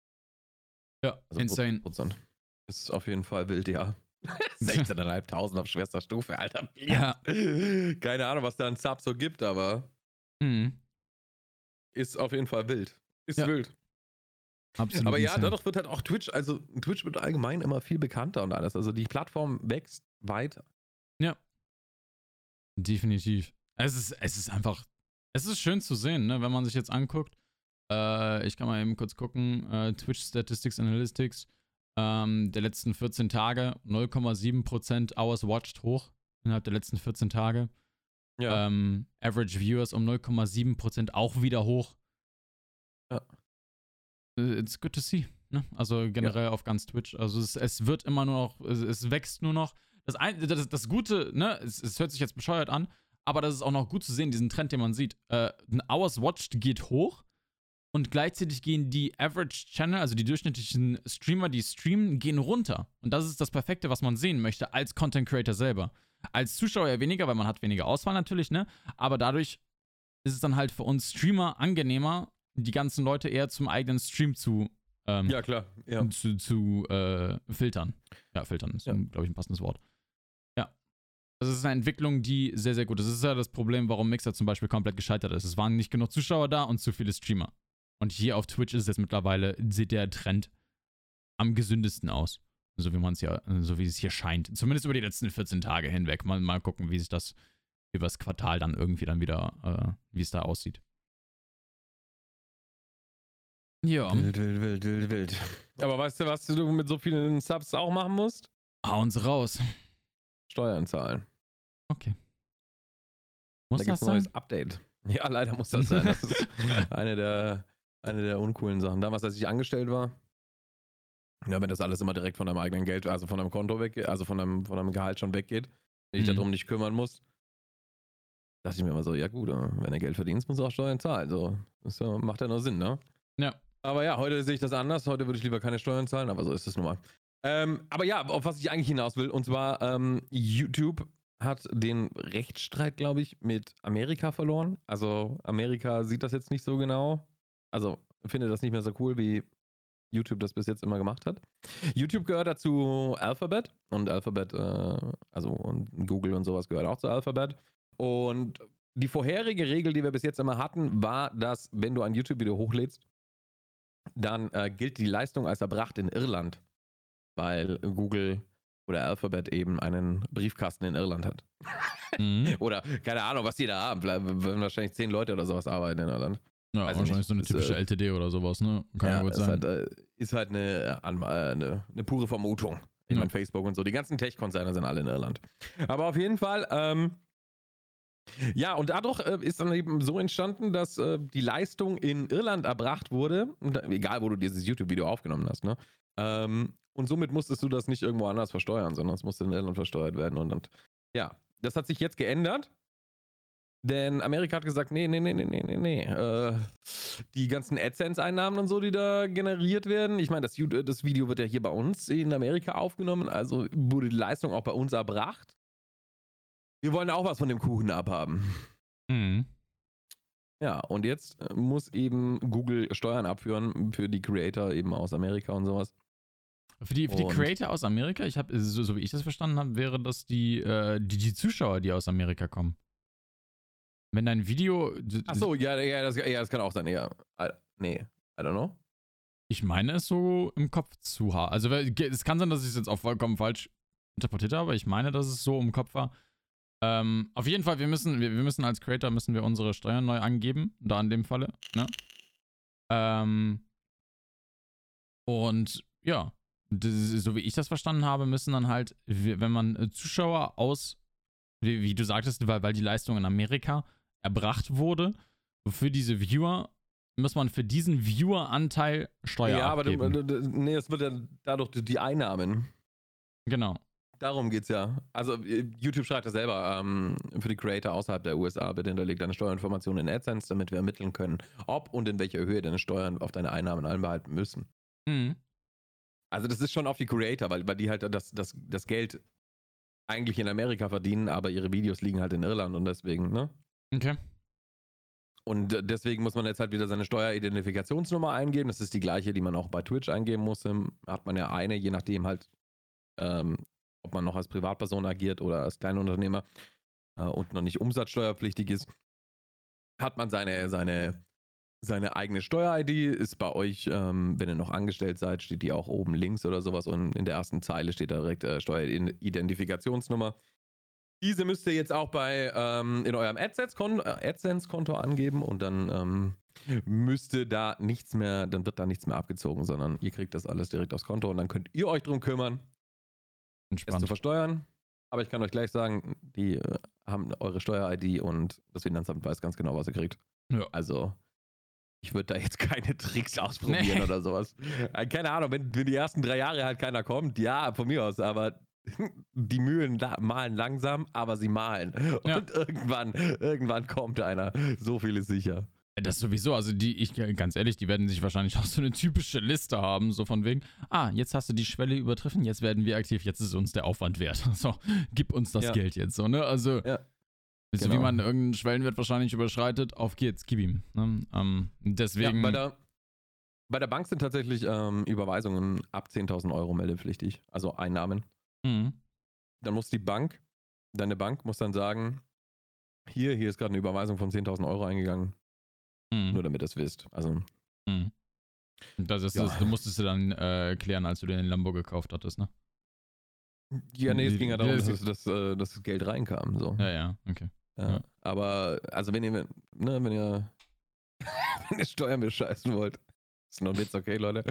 also insane. Prozent. Ist auf jeden Fall wild, ja. 16.500 auf schwerster Stufe, Alter. Ja. Keine Ahnung, was da ein Sub so gibt, aber ist auf jeden Fall wild. Ist wild. Absolut. Aber ja, dadurch wird halt auch Twitch wird allgemein immer viel bekannter und alles. Also die Plattform wächst weiter. Ja. Definitiv. Es ist einfach, es ist schön zu sehen, ne, wenn man sich jetzt anguckt. Ich kann mal eben kurz gucken. Twitch Statistics Analytics. Der letzten 14 Tage 0,7% Hours watched hoch innerhalb der letzten 14 Tage. Ja. Average Viewers um 0,7% auch wieder hoch. Ja. It's good to see. Ne? Also generell auf ganz Twitch. Also es wird immer nur noch, es wächst nur noch. Das Gute, ne, es hört sich jetzt bescheuert an, aber das ist auch noch gut zu sehen, diesen Trend, den man sieht. Ein Hours Watched geht hoch und gleichzeitig gehen die Average Channel, also die durchschnittlichen Streamer, die streamen, gehen runter. Und das ist das Perfekte, was man sehen möchte als Content Creator selber. Als Zuschauer ja weniger, weil man hat weniger Auswahl natürlich, ne? Aber dadurch ist es dann halt für uns Streamer angenehmer, die ganzen Leute eher zum eigenen Stream zu Ja, klar. Ja. zu filtern. Ja, filtern ist, glaube ich, ein passendes Wort. Ja. Das ist eine Entwicklung, die sehr, sehr gut ist. Das ist ja das Problem, warum Mixer zum Beispiel komplett gescheitert ist. Es waren nicht genug Zuschauer da und zu viele Streamer. Und hier auf Twitch ist jetzt mittlerweile, sieht der Trend am gesündesten aus. So wie man es ja, so wie es hier scheint. Zumindest über die letzten 14 Tage hinweg. Mal gucken, wie sich das über das Quartal dann irgendwie dann wieder, wie es da aussieht. Ja. Wild. Aber weißt du, was du mit so vielen Subs auch machen musst? Hauen raus. Steuern zahlen. Okay. Muss Da gibt das es ein sein? neues Update. Ja, leider muss das sein. Das ist eine der uncoolen Sachen. Damals, als ich angestellt war, ja, wenn das alles immer direkt von deinem eigenen Geld, also von deinem Konto weggeht, also von deinem Gehalt schon weggeht, wenn dich darum nicht kümmern musst, dachte ich mir immer so, ja gut, wenn du Geld verdienst, musst du auch Steuern zahlen. So, das macht ja nur Sinn, ne? Ja. Aber ja, heute sehe ich das anders. Heute würde ich lieber keine Steuern zahlen, aber so ist es nun mal. Aber ja, auf was ich eigentlich hinaus will, und zwar YouTube hat den Rechtsstreit, glaube ich, mit Amerika verloren. Also Amerika sieht das jetzt nicht so genau. Also findet das nicht mehr so cool, wie YouTube das bis jetzt immer gemacht hat. YouTube gehört dazu Alphabet und Alphabet, und Google und sowas gehört auch zu Alphabet. Und die vorherige Regel, die wir bis jetzt immer hatten, war, dass wenn du ein YouTube-Video hochlädst, dann gilt die Leistung als erbracht in Irland, weil Google oder Alphabet eben einen Briefkasten in Irland hat. Oder keine Ahnung, was die da haben. Werden wahrscheinlich 10 Leute oder sowas arbeiten in Irland. Ja, Weiß wahrscheinlich nicht. so eine typische LTD oder sowas, ne? Kann ja gut sein. Ist halt eine pure Vermutung. Ich meine, Facebook und so. Die ganzen Tech-Konzerne sind alle in Irland. Aber auf jeden Fall, ja, und dadurch ist dann eben so entstanden, dass die Leistung in Irland erbracht wurde, egal wo du dieses YouTube-Video aufgenommen hast, ne? Und somit musstest du das nicht irgendwo anders versteuern, sondern es musste in Irland versteuert werden. Und ja, das hat sich jetzt geändert. Denn Amerika hat gesagt, nee. Die ganzen AdSense-Einnahmen und so, die da generiert werden. Ich meine, das Video wird ja hier bei uns in Amerika aufgenommen, also wurde die Leistung auch bei uns erbracht. Wir wollen auch was von dem Kuchen abhaben. Ja, und jetzt muss eben Google Steuern abführen für die Creator eben aus Amerika und sowas. Für die Creator aus Amerika, so wie ich das verstanden habe, wäre das die Zuschauer, die aus Amerika kommen. Wenn dein Video. Achso, ja, das kann auch sein, ja. Nee, I don't know. Ich meine es so im Kopf zu haben. Also es kann sein, dass ich es jetzt auch vollkommen falsch interpretiert habe, aber ich meine, dass es so im Kopf war. Auf jeden Fall, wir müssen als Creator unsere Steuern neu angeben, da in dem Falle, ne? Und ja, so wie ich das verstanden habe, müssen dann halt, wenn man Zuschauer aus, wie du sagtest, weil die Leistung in Amerika erbracht wurde, für diese Viewer muss man für diesen Viewer-Anteil Steuer abgeben. Aber es wird ja dadurch die Einnahmen. Genau. Darum geht's ja. Also YouTube schreibt ja selber, für die Creator außerhalb der USA bitte hinterlegt deine Steuerinformationen in AdSense, damit wir ermitteln können, ob und in welcher Höhe deine Steuern auf deine Einnahmen einbehalten müssen. Also das ist schon auf die Creator, weil die halt das Geld eigentlich in Amerika verdienen, aber ihre Videos liegen halt in Irland und deswegen, ne? Okay. Und deswegen muss man jetzt halt wieder seine Steueridentifikationsnummer eingeben. Das ist die gleiche, die man auch bei Twitch eingeben muss. Hat man ja eine, je nachdem halt, ob man noch als Privatperson agiert oder als Kleinunternehmer und noch nicht umsatzsteuerpflichtig ist, hat man seine eigene Steuer-ID. Ist bei euch, wenn ihr noch angestellt seid, steht die auch oben links oder sowas und in der ersten Zeile steht da direkt Steueridentifikationsnummer. Diese müsst ihr jetzt auch in eurem AdSense-Konto angeben und dann müsste da nichts mehr, dann wird da nichts mehr abgezogen, sondern ihr kriegt das alles direkt aufs Konto und dann könnt ihr euch drum kümmern, es zu versteuern. Aber ich kann euch gleich sagen, die haben eure Steuer-ID und das Finanzamt weiß ganz genau, was ihr kriegt. Ja. Also, ich würde da jetzt keine Tricks ausprobieren Nee. oder sowas. Keine Ahnung, wenn die ersten 3 Jahre halt keiner kommt, ja, von mir aus, aber die Mühlen malen langsam, aber sie malen. Ja. Und irgendwann kommt einer. So viel ist sicher. Das sowieso, also ganz ehrlich, die werden sich wahrscheinlich auch so eine typische Liste haben, so von wegen, jetzt hast du die Schwelle übertroffen, jetzt werden wir aktiv, jetzt ist uns der Aufwand wert. So, gib uns das Geld jetzt, so, ne? Also, wisst ihr, wie man irgendeinen Schwellenwert wahrscheinlich überschreitet? Auf geht's, gib ihm. Ne? Deswegen. Ja, bei der Bank sind tatsächlich Überweisungen ab 10.000 Euro meldepflichtig, also Einnahmen. Mhm. Dann muss deine Bank muss dann sagen, hier ist gerade eine Überweisung von 10.000 Euro eingegangen. Nur damit ihr es wisst. Also. Du musstest du dann klären, als du den Lambo gekauft hattest, ne? Ja, nee, es ging ja darum, dass das Geld reinkam. So. Ja, okay. Ja. Aber, also wenn ihr Steuern bescheißen wollt, ist noch ein Witz, okay, Leute,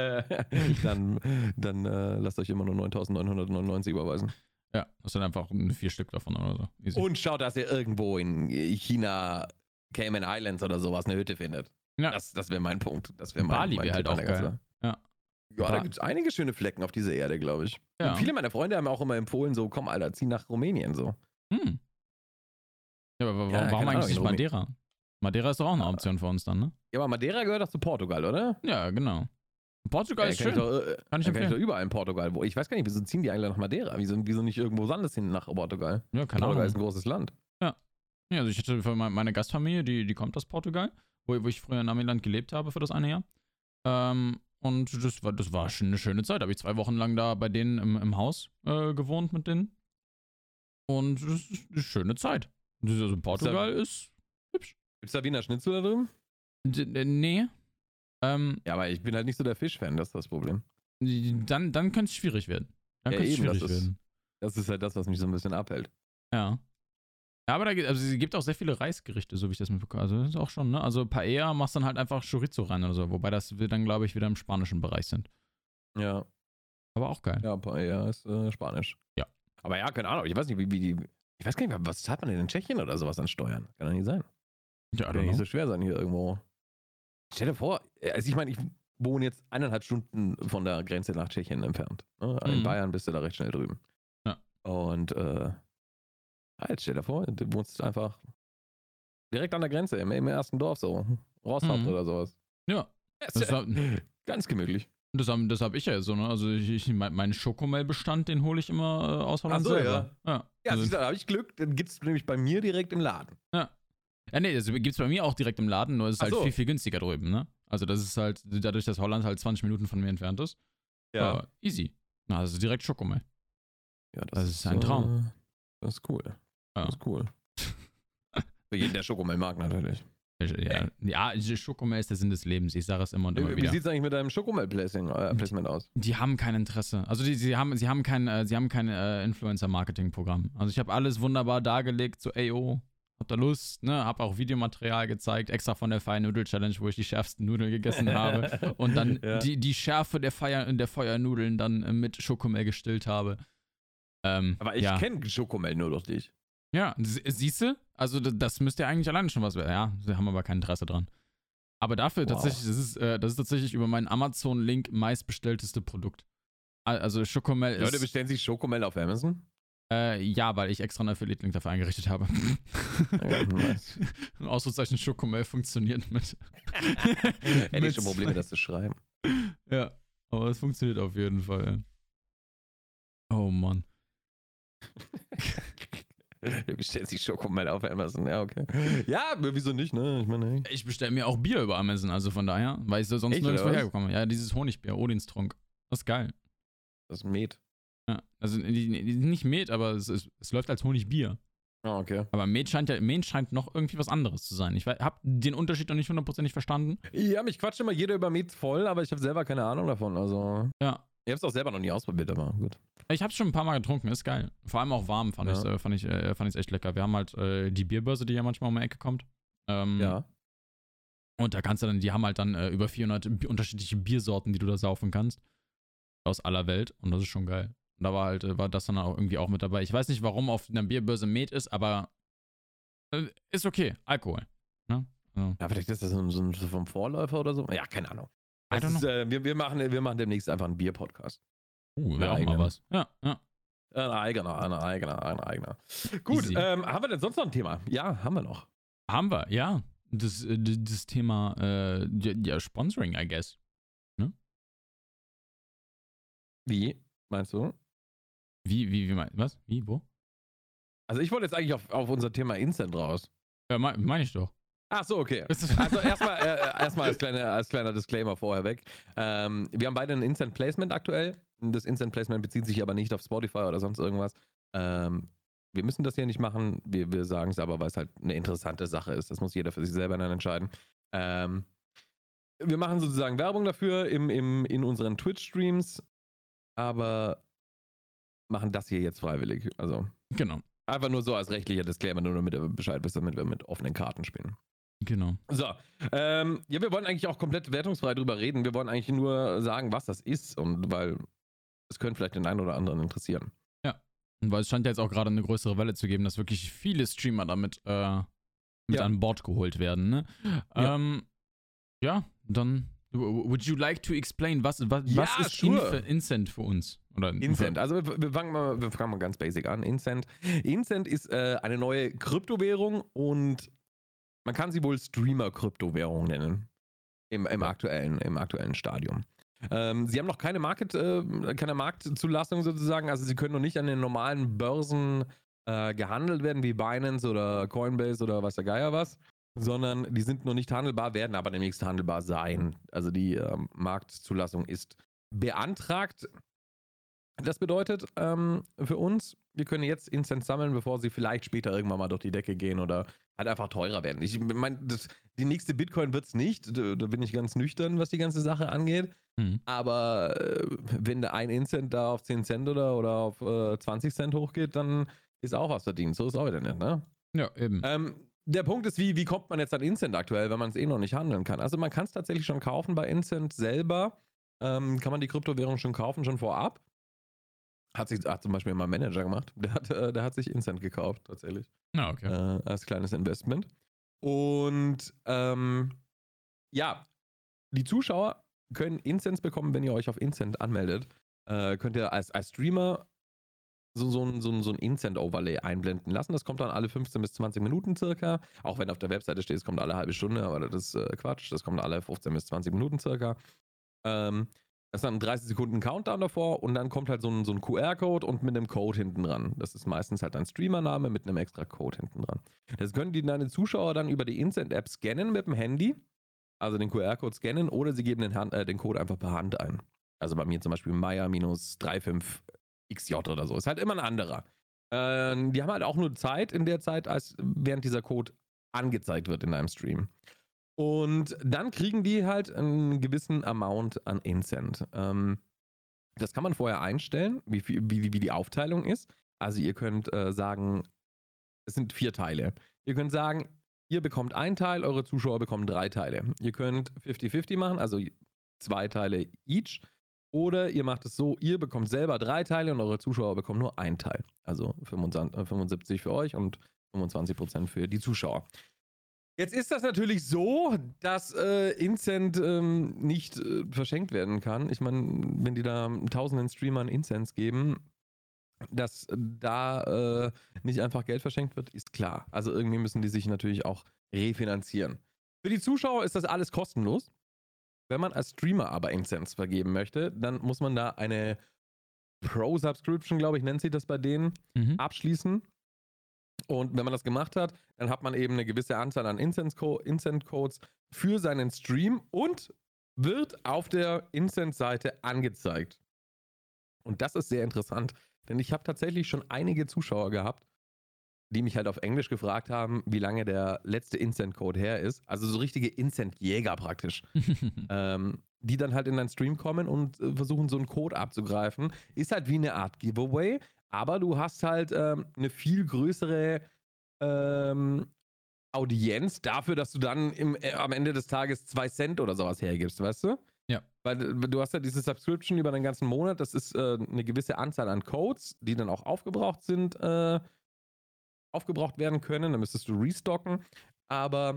dann lasst euch immer nur 9.999 überweisen. Ja, das sind einfach 4 Stück davon oder so. Easy. Und schaut, dass ihr irgendwo in China, Cayman Islands oder sowas eine Hütte findet. Ja. Das wäre mein Punkt. Das wäre Bali wäre halt auch geil. Ja, da gibt es einige schöne Flecken auf dieser Erde, glaube ich. Ja. Und viele meiner Freunde haben auch immer empfohlen, so, komm, Alter, zieh nach Rumänien, so. Ja, aber warum eigentlich nicht Madeira? Madeira ist doch auch eine Option für uns dann, ne? Ja, aber Madeira gehört doch zu Portugal, oder? Ja, genau. Portugal ist schön. Kann ich doch überall in Portugal. Ich weiß gar nicht, wieso ziehen die eigentlich nach Madeira? Wieso nicht irgendwo anders hin nach Portugal? Ja, keine Ahnung. Portugal ist ein großes Land. Ja. Ja, also ich hatte für meine Gastfamilie, die kommt aus Portugal, wo ich früher in Amiland gelebt habe für das eine Jahr. Und das war schon eine schöne Zeit. Da habe ich 2 Wochen lang da bei denen im Haus gewohnt mit denen. Und das ist eine schöne Zeit. Also Portugal ist hübsch. Gibt's da Wiener Schnitzel da drüben? Nee. Ja, aber ich bin halt nicht so der Fischfan, das ist das Problem. Dann könnte es schwierig werden. Das ist halt das, was mich so ein bisschen abhält. Ja. Ja, aber es gibt auch sehr viele Reisgerichte, so wie ich das mitbekomme. Also das ist auch schon, ne? Also Paella machst dann halt einfach Chorizo rein oder so, wobei das wir dann, glaube ich, wieder im spanischen Bereich sind. Ja. Aber auch geil. Ja, Paella ist Spanisch. Ja. Aber ja, keine Ahnung, ich weiß nicht, ich weiß gar nicht, was zahlt man denn in Tschechien oder sowas an Steuern? Kann doch nicht sein. Ja, kann nicht so schwer sein hier irgendwo. Stell dir vor, also ich meine, ich wohne jetzt 1,5 Stunden von der Grenze nach Tschechien entfernt. Ne? In Bayern bist du da recht schnell drüben. Ja. Und jetzt stell dir vor, du wohnst einfach direkt an der Grenze, im ersten Dorf so. Rosthaupt oder sowas. Ja. Ganz gemütlich. Das hab ich ja so, ne? Also meinen Schokomel-Bestand, den hole ich immer aus Holland selber. Ja, also, da habe ich Glück, dann gibt es nämlich bei mir direkt im Laden. Ja. Ja, nee, das gibt es bei mir auch direkt im Laden, nur es ist halt viel, viel günstiger drüben, ne? Also das ist halt, dadurch, dass Holland halt 20 Minuten von mir entfernt ist. Ja. Easy. Na, also direkt Schokomel. Ja, das ist ein Traum. Das ist cool. Ja. Das ist cool. Für jeden, der Schokomel mag, natürlich. Ja, Schokomel ist der Sinn des Lebens. Ich sage es immer und immer wieder. Wie sieht es eigentlich mit deinem Schokomel-Placement aus? Die haben kein Interesse. Also sie haben kein Influencer-Marketing-Programm. Also ich habe alles wunderbar dargelegt, so habt ihr Lust, ne? Hab auch Videomaterial gezeigt, extra von der Fire Noodle Challenge, wo ich die schärfsten Nudeln gegessen habe und dann die Schärfe der Feuernudeln dann mit Schokomel gestillt habe. Aber ich kenne Schokomel nur durch dich. Ja, siehst du? Also das müsste ja eigentlich alleine schon was werden. Ja, wir haben aber kein Interesse dran. Aber dafür tatsächlich, das ist tatsächlich über meinen Amazon-Link meistbestellteste Produkt. Also Schokomel ist... Leute bestellen sich Schokomel auf Amazon? Ja, weil ich extra einen Affiliate-Link dafür eingerichtet habe. Ja, nice. Ausrufezeichen Schokomel funktioniert mit... Hätte ich schon Probleme, das zu schreiben. Ja, aber es funktioniert auf jeden Fall. Oh Mann. Du bestellst sich Schokomel auf Amazon, ja, okay. Ja, wieso nicht, ne? Ich meine, hey. Ich bestelle mir auch Bier über Amazon, also von daher, weil ich sonst nirgendwo hergekommen. Ja, dieses Honigbier, Odinstrunk. Das ist geil. Das ist Met. Ja, also nicht Met, aber es läuft als Honigbier. Ah, okay. Aber Met scheint noch irgendwie was anderes zu sein. Ich habe den Unterschied noch nicht 100% verstanden. Ja, mich quatscht immer jeder über Met voll, aber ich habe selber keine Ahnung davon, also. Ja. Ich habe es auch selber noch nie ausprobiert, aber gut. Ich habe es schon ein paar Mal getrunken, ist geil. Vor allem auch warm fand ich es echt lecker. Wir haben halt die Bierbörse, die ja manchmal um die Ecke kommt. Ja. Und da kannst du dann, die haben halt dann über 400 unterschiedliche Biersorten, die du da saufen kannst. Aus aller Welt. Und das ist schon geil. Und da war das dann auch irgendwie auch mit dabei. Ich weiß nicht, warum auf einer Bierbörse Met ist, aber ist okay. Alkohol. Ne? Also, Ja, vielleicht ist das so vom Vorläufer oder so. Ja, keine Ahnung. I don't know. Wir machen demnächst einfach einen Bier-Podcast. Wäre auch mal was. Ja. Ein eigener. Gut, Easy. haben wir denn sonst noch ein Thema? Ja, haben wir noch. Haben wir, ja. Das Thema Sponsoring, I guess. Wie, meinst du? Wie was? Wie, wo? Also ich wollte jetzt eigentlich auf unser Thema Instant raus. Ja, meine ich doch. Ach so, okay. Also erstmal als kleiner Disclaimer vorher weg. Wir haben beide ein Instant Placement aktuell. Das Instant Placement bezieht sich aber nicht auf Spotify oder sonst irgendwas. Wir müssen das hier nicht machen. Wir sagen es aber, weil es halt eine interessante Sache ist. Das muss jeder für sich selber dann entscheiden. Wir machen sozusagen Werbung dafür in unseren Twitch-Streams, aber machen das hier jetzt freiwillig. Also Genau. einfach nur so als rechtlicher Disclaimer, nur damit ihr Bescheid wisst, damit wir mit offenen Karten spielen. Genau. So, ja, wir wollen eigentlich auch komplett wertungsfrei drüber reden. Wir wollen eigentlich nur sagen, was das ist und weil es könnte vielleicht den einen oder anderen interessieren. Ja. Und weil es scheint ja jetzt auch gerade eine größere Welle zu geben, dass wirklich viele Streamer damit mit an Bord geholt werden, ne? Ja, dann would you like to explain, was ist sure. Incent für uns? Oder Incent, also wir fangen mal ganz basic an. Incent ist eine neue Kryptowährung und man kann sie wohl Streamer-Kryptowährung nennen im aktuellen Stadium. Sie haben noch keine Marktzulassung sozusagen, also sie können noch nicht an den normalen Börsen gehandelt werden wie Binance oder Coinbase oder was der Geier was, sondern die sind noch nicht handelbar, werden aber demnächst handelbar sein. Also die Marktzulassung ist beantragt. Das bedeutet für uns, wir können jetzt Instant sammeln, bevor sie vielleicht später irgendwann mal durch die Decke gehen oder halt einfach teurer werden. Ich meine, die nächste Bitcoin wird es nicht. Da bin ich ganz nüchtern, was die ganze Sache angeht. Aber wenn ein Instant da auf 10 Cent oder auf 20 Cent hochgeht, dann ist auch was verdient. So ist auch wieder nicht, ne? Ja, eben. Der Punkt ist, wie kommt man jetzt an Instant aktuell, wenn man es noch nicht handeln kann? Also man kann es tatsächlich schon kaufen bei Instant selber. Kann man die Kryptowährung schon kaufen, schon vorab. Hat zum Beispiel mein Manager gemacht. Der hat sich Instant gekauft, tatsächlich. Ja, okay. Als kleines Investment. Und ja, die Zuschauer können Instants bekommen, wenn ihr euch auf Instant anmeldet. Könnt ihr als Streamer so ein Instant-Overlay einblenden lassen. Das kommt dann alle 15 bis 20 Minuten circa. Auch wenn auf der Webseite steht, es kommt alle halbe Stunde, aber das ist Quatsch. Das kommt alle 15 bis 20 Minuten circa. Das ist dann ein 30 Sekunden Countdown davor und dann kommt halt so ein QR-Code und mit einem Code hinten dran. Das ist meistens halt ein Streamername mit einem extra Code hinten dran. Das können deine Zuschauer dann über die Instant-App scannen mit dem Handy, also den QR-Code scannen, oder sie geben den Code einfach per Hand ein. Also bei mir zum Beispiel Maya-35XJ oder so. Ist halt immer ein anderer. Die haben halt auch nur Zeit in der Zeit, als während dieser Code angezeigt wird in einem Stream. Und dann kriegen die halt einen gewissen Amount an Instant. Das kann man vorher einstellen, wie die Aufteilung ist. Also ihr könnt sagen, es sind 4 Teile. Ihr könnt sagen, ihr bekommt 1 Teil, eure Zuschauer bekommen 3 Teile. Ihr könnt 50-50 machen, also 2 Teile each. Oder ihr macht es so, ihr bekommt selber 3 Teile und eure Zuschauer bekommen nur 1 Teil. Also 75 für euch und 25% für die Zuschauer. Jetzt ist das natürlich so, dass Instant nicht verschenkt werden kann. Ich meine, wenn die da tausenden Streamern Insents geben, dass da nicht einfach Geld verschenkt wird, ist klar. Also irgendwie müssen die sich natürlich auch refinanzieren. Für die Zuschauer ist das alles kostenlos. Wenn man als Streamer aber Insents vergeben möchte, dann muss man da eine Pro-Subscription, glaube ich, nennt sich das bei denen, abschließen. Und wenn man das gemacht hat, dann hat man eben eine gewisse Anzahl an Instant-Codes für seinen Stream und wird auf der Instant-Seite angezeigt. Und das ist sehr interessant, denn ich habe tatsächlich schon einige Zuschauer gehabt, die mich halt auf Englisch gefragt haben, wie lange der letzte Instant-Code her ist. Also so richtige Instant-Jäger praktisch. Die dann halt in deinen Stream kommen und versuchen, so einen Code abzugreifen. Ist halt wie eine Art Giveaway, aber du hast halt eine viel größere Audienz dafür, dass du dann am Ende des Tages 2 Cent oder sowas hergibst, weißt du? Ja. Weil du hast ja diese Subscription über den ganzen Monat, das ist eine gewisse Anzahl an Codes, die dann auch aufgebraucht werden können, dann müsstest du restocken, aber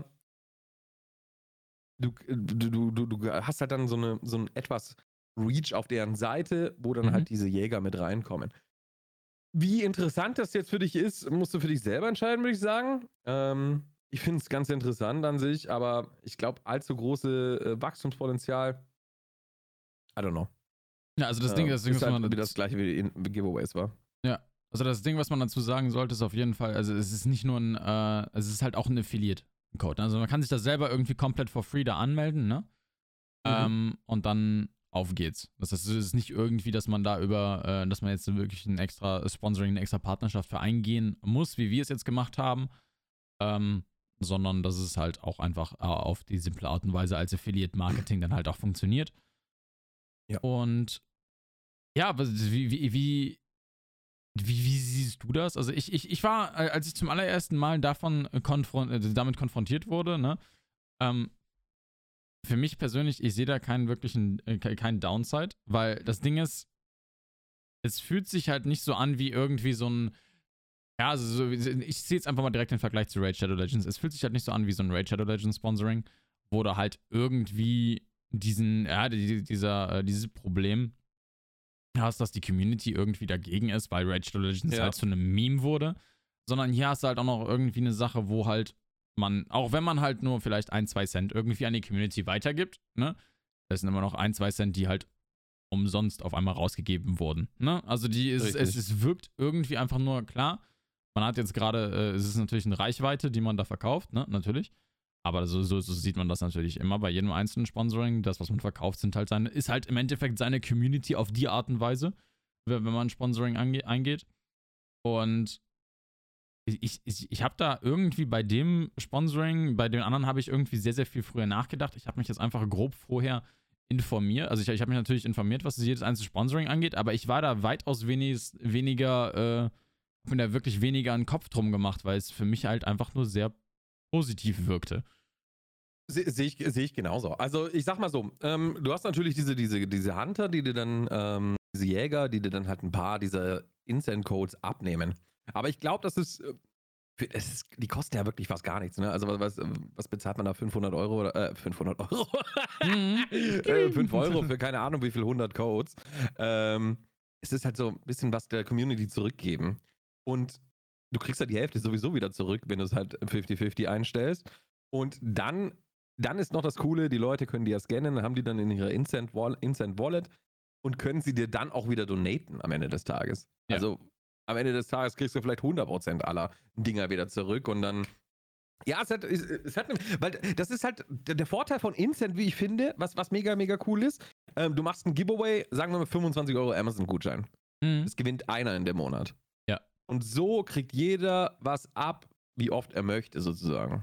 du hast halt dann so ein etwas Reach auf deren Seite, wo dann halt diese Jäger mit reinkommen. Wie interessant das jetzt für dich ist, musst du für dich selber entscheiden, würde ich sagen. Ich finde es ganz interessant an sich, aber ich glaube, allzu große Wachstumspotenzial, I don't know. Ja, also das Ding, ist was halt man wie das gleiche wie in Giveaways war. Ja, also das Ding, was man dazu sagen sollte, ist auf jeden Fall, also es ist nicht nur es ist halt auch ein Affiliate-Code. Also man kann sich das selber irgendwie komplett for free da anmelden, ne? Und dann auf geht's. Das heißt, es ist nicht irgendwie, dass man da dass man jetzt wirklich ein extra Sponsoring, eine extra Partnerschaft für eingehen muss, wie wir es jetzt gemacht haben, sondern dass es halt auch einfach auf die simple Art und Weise als Affiliate-Marketing dann halt auch funktioniert. Ja. Und ja, wie siehst du das? Also ich war, als ich zum allerersten Mal damit konfrontiert wurde, ne, für mich persönlich, ich sehe da keinen wirklichen, keinen Downside, weil das Ding ist, es fühlt sich halt nicht so an wie irgendwie so ein, ja, also ich sehe jetzt einfach mal direkt den Vergleich zu Raid Shadow Legends. Es fühlt sich halt nicht so an wie so ein Raid Shadow Legends Sponsoring, wo du halt irgendwie dieses Problem hast, dass die Community irgendwie dagegen ist, weil Raid Shadow Legends halt zu einem Meme wurde, sondern hier hast du halt auch noch irgendwie eine Sache, wo halt man, auch wenn man halt nur vielleicht 1-2 Cent irgendwie an die Community weitergibt, ne, das sind immer noch 1-2 Cent, die halt umsonst auf einmal rausgegeben wurden, ne, also es wirkt irgendwie einfach nur, klar, man hat jetzt gerade, es ist natürlich eine Reichweite, die man da verkauft, ne, natürlich, aber so sieht man das natürlich immer bei jedem einzelnen Sponsoring. Das, was man verkauft, ist halt im Endeffekt seine Community auf die Art und Weise, wenn man Sponsoring eingeht. Und ich habe da irgendwie bei dem Sponsoring, bei den anderen habe ich irgendwie sehr, sehr viel früher nachgedacht. Ich habe mich jetzt einfach grob vorher informiert. Also ich habe mich natürlich informiert, was jedes einzelne Sponsoring angeht, aber ich war da weitaus weniger, bin da wirklich weniger einen Kopf drum gemacht, weil es für mich halt einfach nur sehr positiv wirkte. Sehe ich genauso. Also ich sag mal so, du hast natürlich diese Hunter, die dir dann, diese Jäger, die dir dann halt ein paar dieser Instant-Codes abnehmen. Aber ich glaube, die kosten ja wirklich fast gar nichts, ne? Also was bezahlt man da? 500 Euro oder 500 Euro? 5 Euro für keine Ahnung wie viel 100 Codes. Es ist halt so ein bisschen was der Community zurückgeben. Und du kriegst halt die Hälfte sowieso wieder zurück, wenn du es halt 50-50 einstellst. Und dann ist noch das Coole, die Leute können die ja scannen, dann haben die dann in ihrer Instant Wallet und können sie dir dann auch wieder donaten am Ende des Tages. Ja. Also am Ende des Tages kriegst du vielleicht 100% aller Dinger wieder zurück und dann, ja, weil das ist halt der Vorteil von Instant, wie ich finde, was mega, mega cool ist. Du machst ein Giveaway, sagen wir mal 25 Euro Amazon-Gutschein. Es gewinnt einer in dem Monat. Ja. Und so kriegt jeder was ab, wie oft er möchte, sozusagen.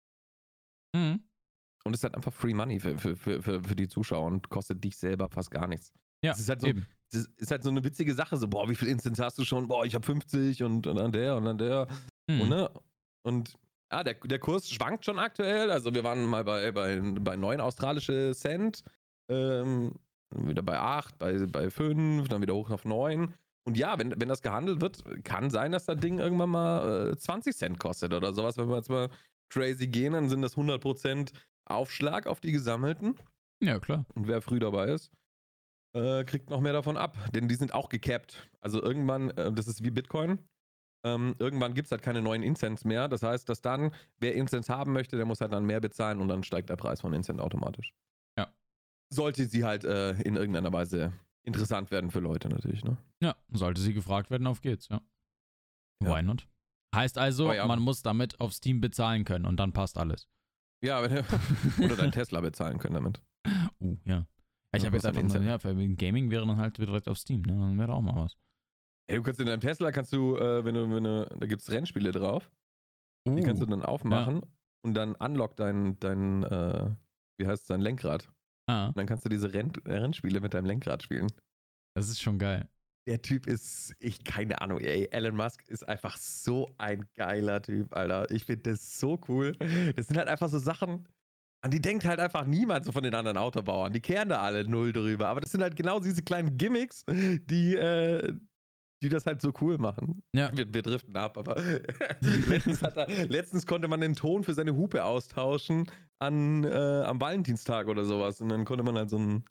Und es ist halt einfach Free Money für die Zuschauer und kostet dich selber fast gar nichts. Ja, das ist halt so, eben. Das ist halt so eine witzige Sache, so, boah, wie viel Instants hast du schon? Boah, ich habe 50 und dann der und dann der. Und ja, der Kurs schwankt schon aktuell. Also wir waren mal bei 9 australische Cent, wieder bei 8, bei 5, dann wieder hoch auf 9. Und ja, wenn das gehandelt wird, kann sein, dass das Ding irgendwann mal 20 Cent kostet oder sowas. Wenn wir jetzt mal crazy gehen, dann sind das 100% Aufschlag auf die gesammelten. Ja, klar. Und wer früh dabei ist, kriegt noch mehr davon ab. Denn die sind auch gecapped. Also irgendwann, das ist wie Bitcoin, irgendwann gibt es halt keine neuen Incents mehr. Das heißt, dass dann, wer Incents haben möchte, der muss halt dann mehr bezahlen und dann steigt der Preis von Incent automatisch. Ja. Sollte sie halt in irgendeiner Weise interessant werden für Leute natürlich, ne? Ja, sollte sie gefragt werden, auf geht's, ja. Why not? Heißt also, man muss damit auf Steam bezahlen können und dann passt alles. Ja, oder dein Tesla bezahlen können damit. Ja. Ich habe jetzt einfach für Gaming wäre dann halt direkt auf Steam, ne? Dann wäre auch mal was. Ey, du kannst in deinem Tesla, da gibt's Rennspiele drauf. Die kannst du dann aufmachen und dann unlock dein wie heißt es, dein Lenkrad. Und dann kannst du diese Rennspiele mit deinem Lenkrad spielen. Das ist schon geil. Der Typ ist, keine Ahnung, ey, Elon Musk ist einfach so ein geiler Typ, Alter. Ich finde das so cool. Das sind halt einfach so Sachen, an die denkt halt einfach niemand so von den anderen Autobauern. Die kehren da alle null drüber. Aber das sind halt genau diese kleinen Gimmicks, die das halt so cool machen. Ja. Wir driften ab, aber letztens konnte man den Ton für seine Hupe austauschen am Valentinstag oder sowas. Und dann konnte man halt so ein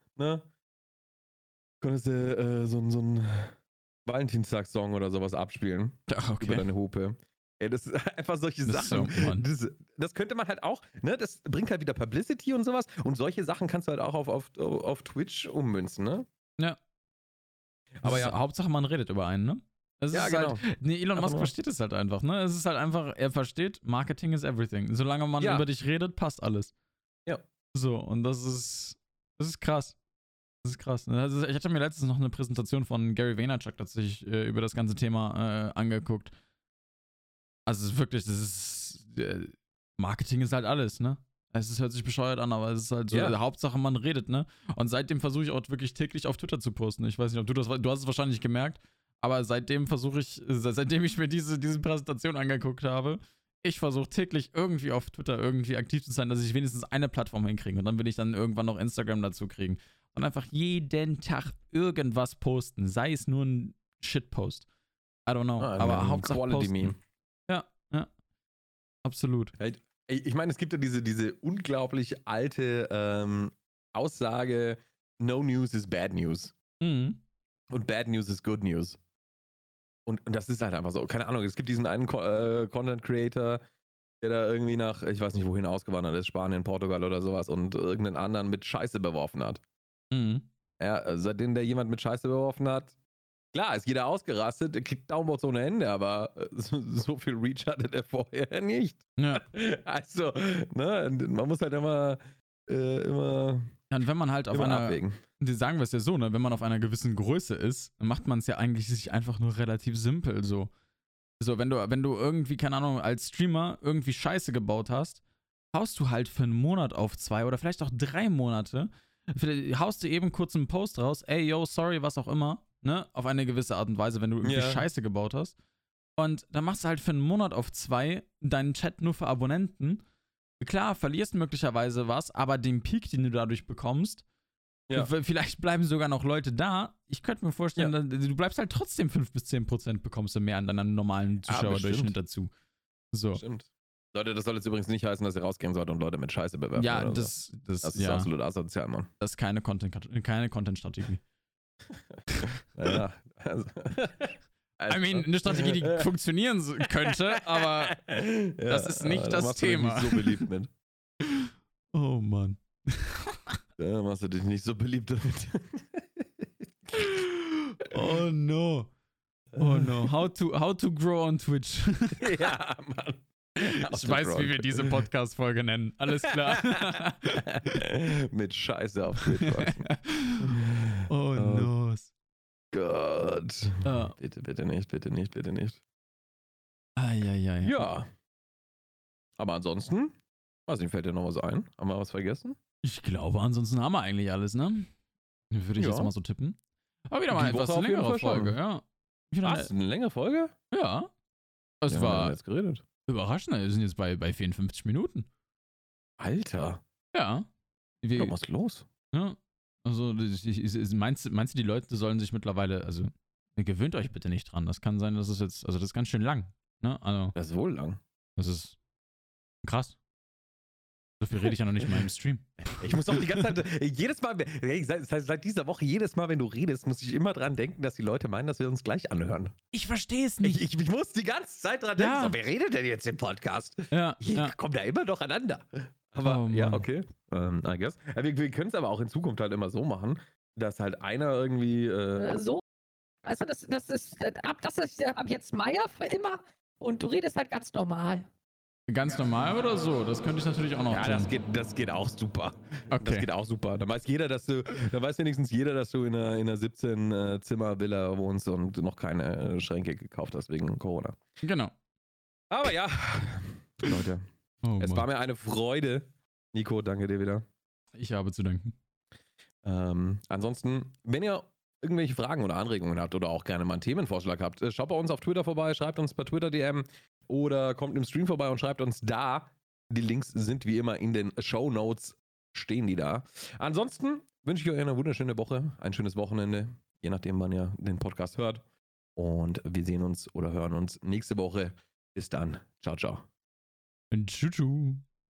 Valentinstagssong oder sowas abspielen. Ach, okay. Über deine Hupe. Ey, das ist einfach solche Sachen. Das könnte man halt auch, ne? Das bringt halt wieder Publicity und sowas. Und solche Sachen kannst du halt auch auf Twitch ummünzen, ne? Ja. Aber ja, Hauptsache man redet über einen, ne? Es ja, ist genau. Halt, nee, Elon Musk versteht es halt einfach, ne? Es ist halt einfach, er versteht, Marketing is everything. Solange man über dich redet, passt alles. Ja. So, und das ist krass. Das ist krass. Also ich hatte mir letztens noch eine Präsentation von Gary Vaynerchuk tatsächlich über das ganze Thema angeguckt. Also es ist wirklich, Marketing ist halt alles, ne? Hört sich bescheuert an, aber es ist halt so, Hauptsache man redet, ne? Und seitdem versuche ich auch wirklich täglich auf Twitter zu posten. Ich weiß nicht, ob du hast es wahrscheinlich gemerkt, aber seitdem ich mir diese Präsentation angeguckt habe, ich versuche täglich irgendwie auf Twitter irgendwie aktiv zu sein, dass ich wenigstens eine Plattform hinkriege und dann will ich dann irgendwann noch Instagram dazu kriegen. Und einfach jeden Tag irgendwas posten, sei es nur ein Shitpost. I don't know, aber Hauptsache Quality Meme. Ja, absolut. Ich meine, es gibt ja diese unglaublich alte Aussage, no news is bad news. Mhm. Und bad news is good news. Und das ist halt einfach so. Keine Ahnung, es gibt diesen einen Content Creator, der da irgendwie nach, ich weiß nicht wohin ausgewandert ist, Spanien, Portugal oder sowas und irgendeinen anderen mit Scheiße beworfen hat. Mhm. Ja, seitdem der jemand mit Scheiße beworfen hat, klar, ist jeder ausgerastet, der kriegt Downvotes ohne Ende, aber so viel Reach hatte der vorher nicht. Ja. Also, ne, man muss halt immer und wenn man halt auf einer, abwägen. Sagen wir es ja so, ne, wenn man auf einer gewissen Größe ist, dann macht man es ja eigentlich sich einfach nur relativ simpel so. So, wenn du irgendwie, keine Ahnung, als Streamer irgendwie Scheiße gebaut hast, haust du halt für einen Monat auf 2 oder vielleicht auch 3 Monate, haust du eben kurz einen Post raus, ey, yo, sorry, was auch immer, ne, auf eine gewisse Art und Weise, wenn du irgendwie Scheiße gebaut hast. Und dann machst du halt für einen Monat auf 2 deinen Chat nur für Abonnenten. Klar, verlierst möglicherweise was, aber den Peak, den du dadurch bekommst, vielleicht bleiben sogar noch Leute da. Ich könnte mir vorstellen, du bleibst halt trotzdem 5-10% bekommst du mehr an deinem normalen Zuschauerdurchschnitt dazu. So. Stimmt. Leute, das soll jetzt übrigens nicht heißen, dass ihr rausgehen sollt und Leute mit Scheiße bewerben. Ja, das ist absolut asozial, Mann. Das ist keine Content-Strategie. Naja, also I mean, eine Strategie, die funktionieren könnte, aber das ist nicht das Thema. Da machst du dich nicht so beliebt mit. Oh Mann. Da machst du dich nicht so beliebt damit. Oh no. Oh no. How to grow on Twitch. Ja, Mann. Ich weiß, wie wir diese Podcast-Folge nennen. Alles klar. Mit Scheiße auf Twitch. Oh no. Gott. Bitte nicht. Eieiei. Ja. Aber ansonsten, weiß nicht, fällt dir noch was ein? Haben wir was vergessen? Ich glaube, ansonsten haben wir eigentlich alles, ne? Würde ich jetzt mal so tippen. Aber wieder mal eine etwas längere Folge, ja. Was? Eine längere Folge? Ja. Es war jetzt geredet. Überraschend, wir sind jetzt bei 54 Minuten. Alter. Ja. Was ist los? Ja. Also, meinst du, die Leute sollen sich mittlerweile, also, gewöhnt euch bitte nicht dran. Das kann sein, dass es jetzt, also, das ist ganz schön lang. Ne? Also, das ist wohl lang. Das ist krass. So viel rede ich ja noch nicht mal im Stream. Ich muss doch die ganze Zeit, jedes Mal, seit dieser Woche, jedes Mal, wenn du redest, muss ich immer dran denken, dass die Leute meinen, dass wir uns gleich anhören. Ich verstehe es nicht. Ich muss die ganze Zeit dran denken, so, wer redet denn jetzt im Podcast? Ja. Ich komme da immer durcheinander. Aber, ja, okay. I guess. Wir können es aber auch in Zukunft halt immer so machen, dass halt einer irgendwie, so. Also, das ist ab jetzt Meier für immer und du redest halt ganz normal. Ganz normal oder so? Das könnte ich natürlich auch noch tun. Das geht auch super. Okay. Das geht auch super. Da weiß wenigstens jeder, dass du in einer 17-Zimmer-Villa wohnst und noch keine Schränke gekauft hast wegen Corona. Genau. Aber ja, Leute, es war mir eine Freude. Nico, danke dir wieder. Ich habe zu danken. Ansonsten, wenn ihr irgendwelche Fragen oder Anregungen habt oder auch gerne mal einen Themenvorschlag habt, schaut bei uns auf Twitter vorbei, schreibt uns per Twitter DM oder kommt im Stream vorbei und schreibt uns da. Die Links sind wie immer in den Shownotes, stehen die da. Ansonsten wünsche ich euch eine wunderschöne Woche, ein schönes Wochenende, je nachdem, wann ihr den Podcast hört. Und wir sehen uns oder hören uns nächste Woche. Bis dann. Ciao, ciao. Tschüss.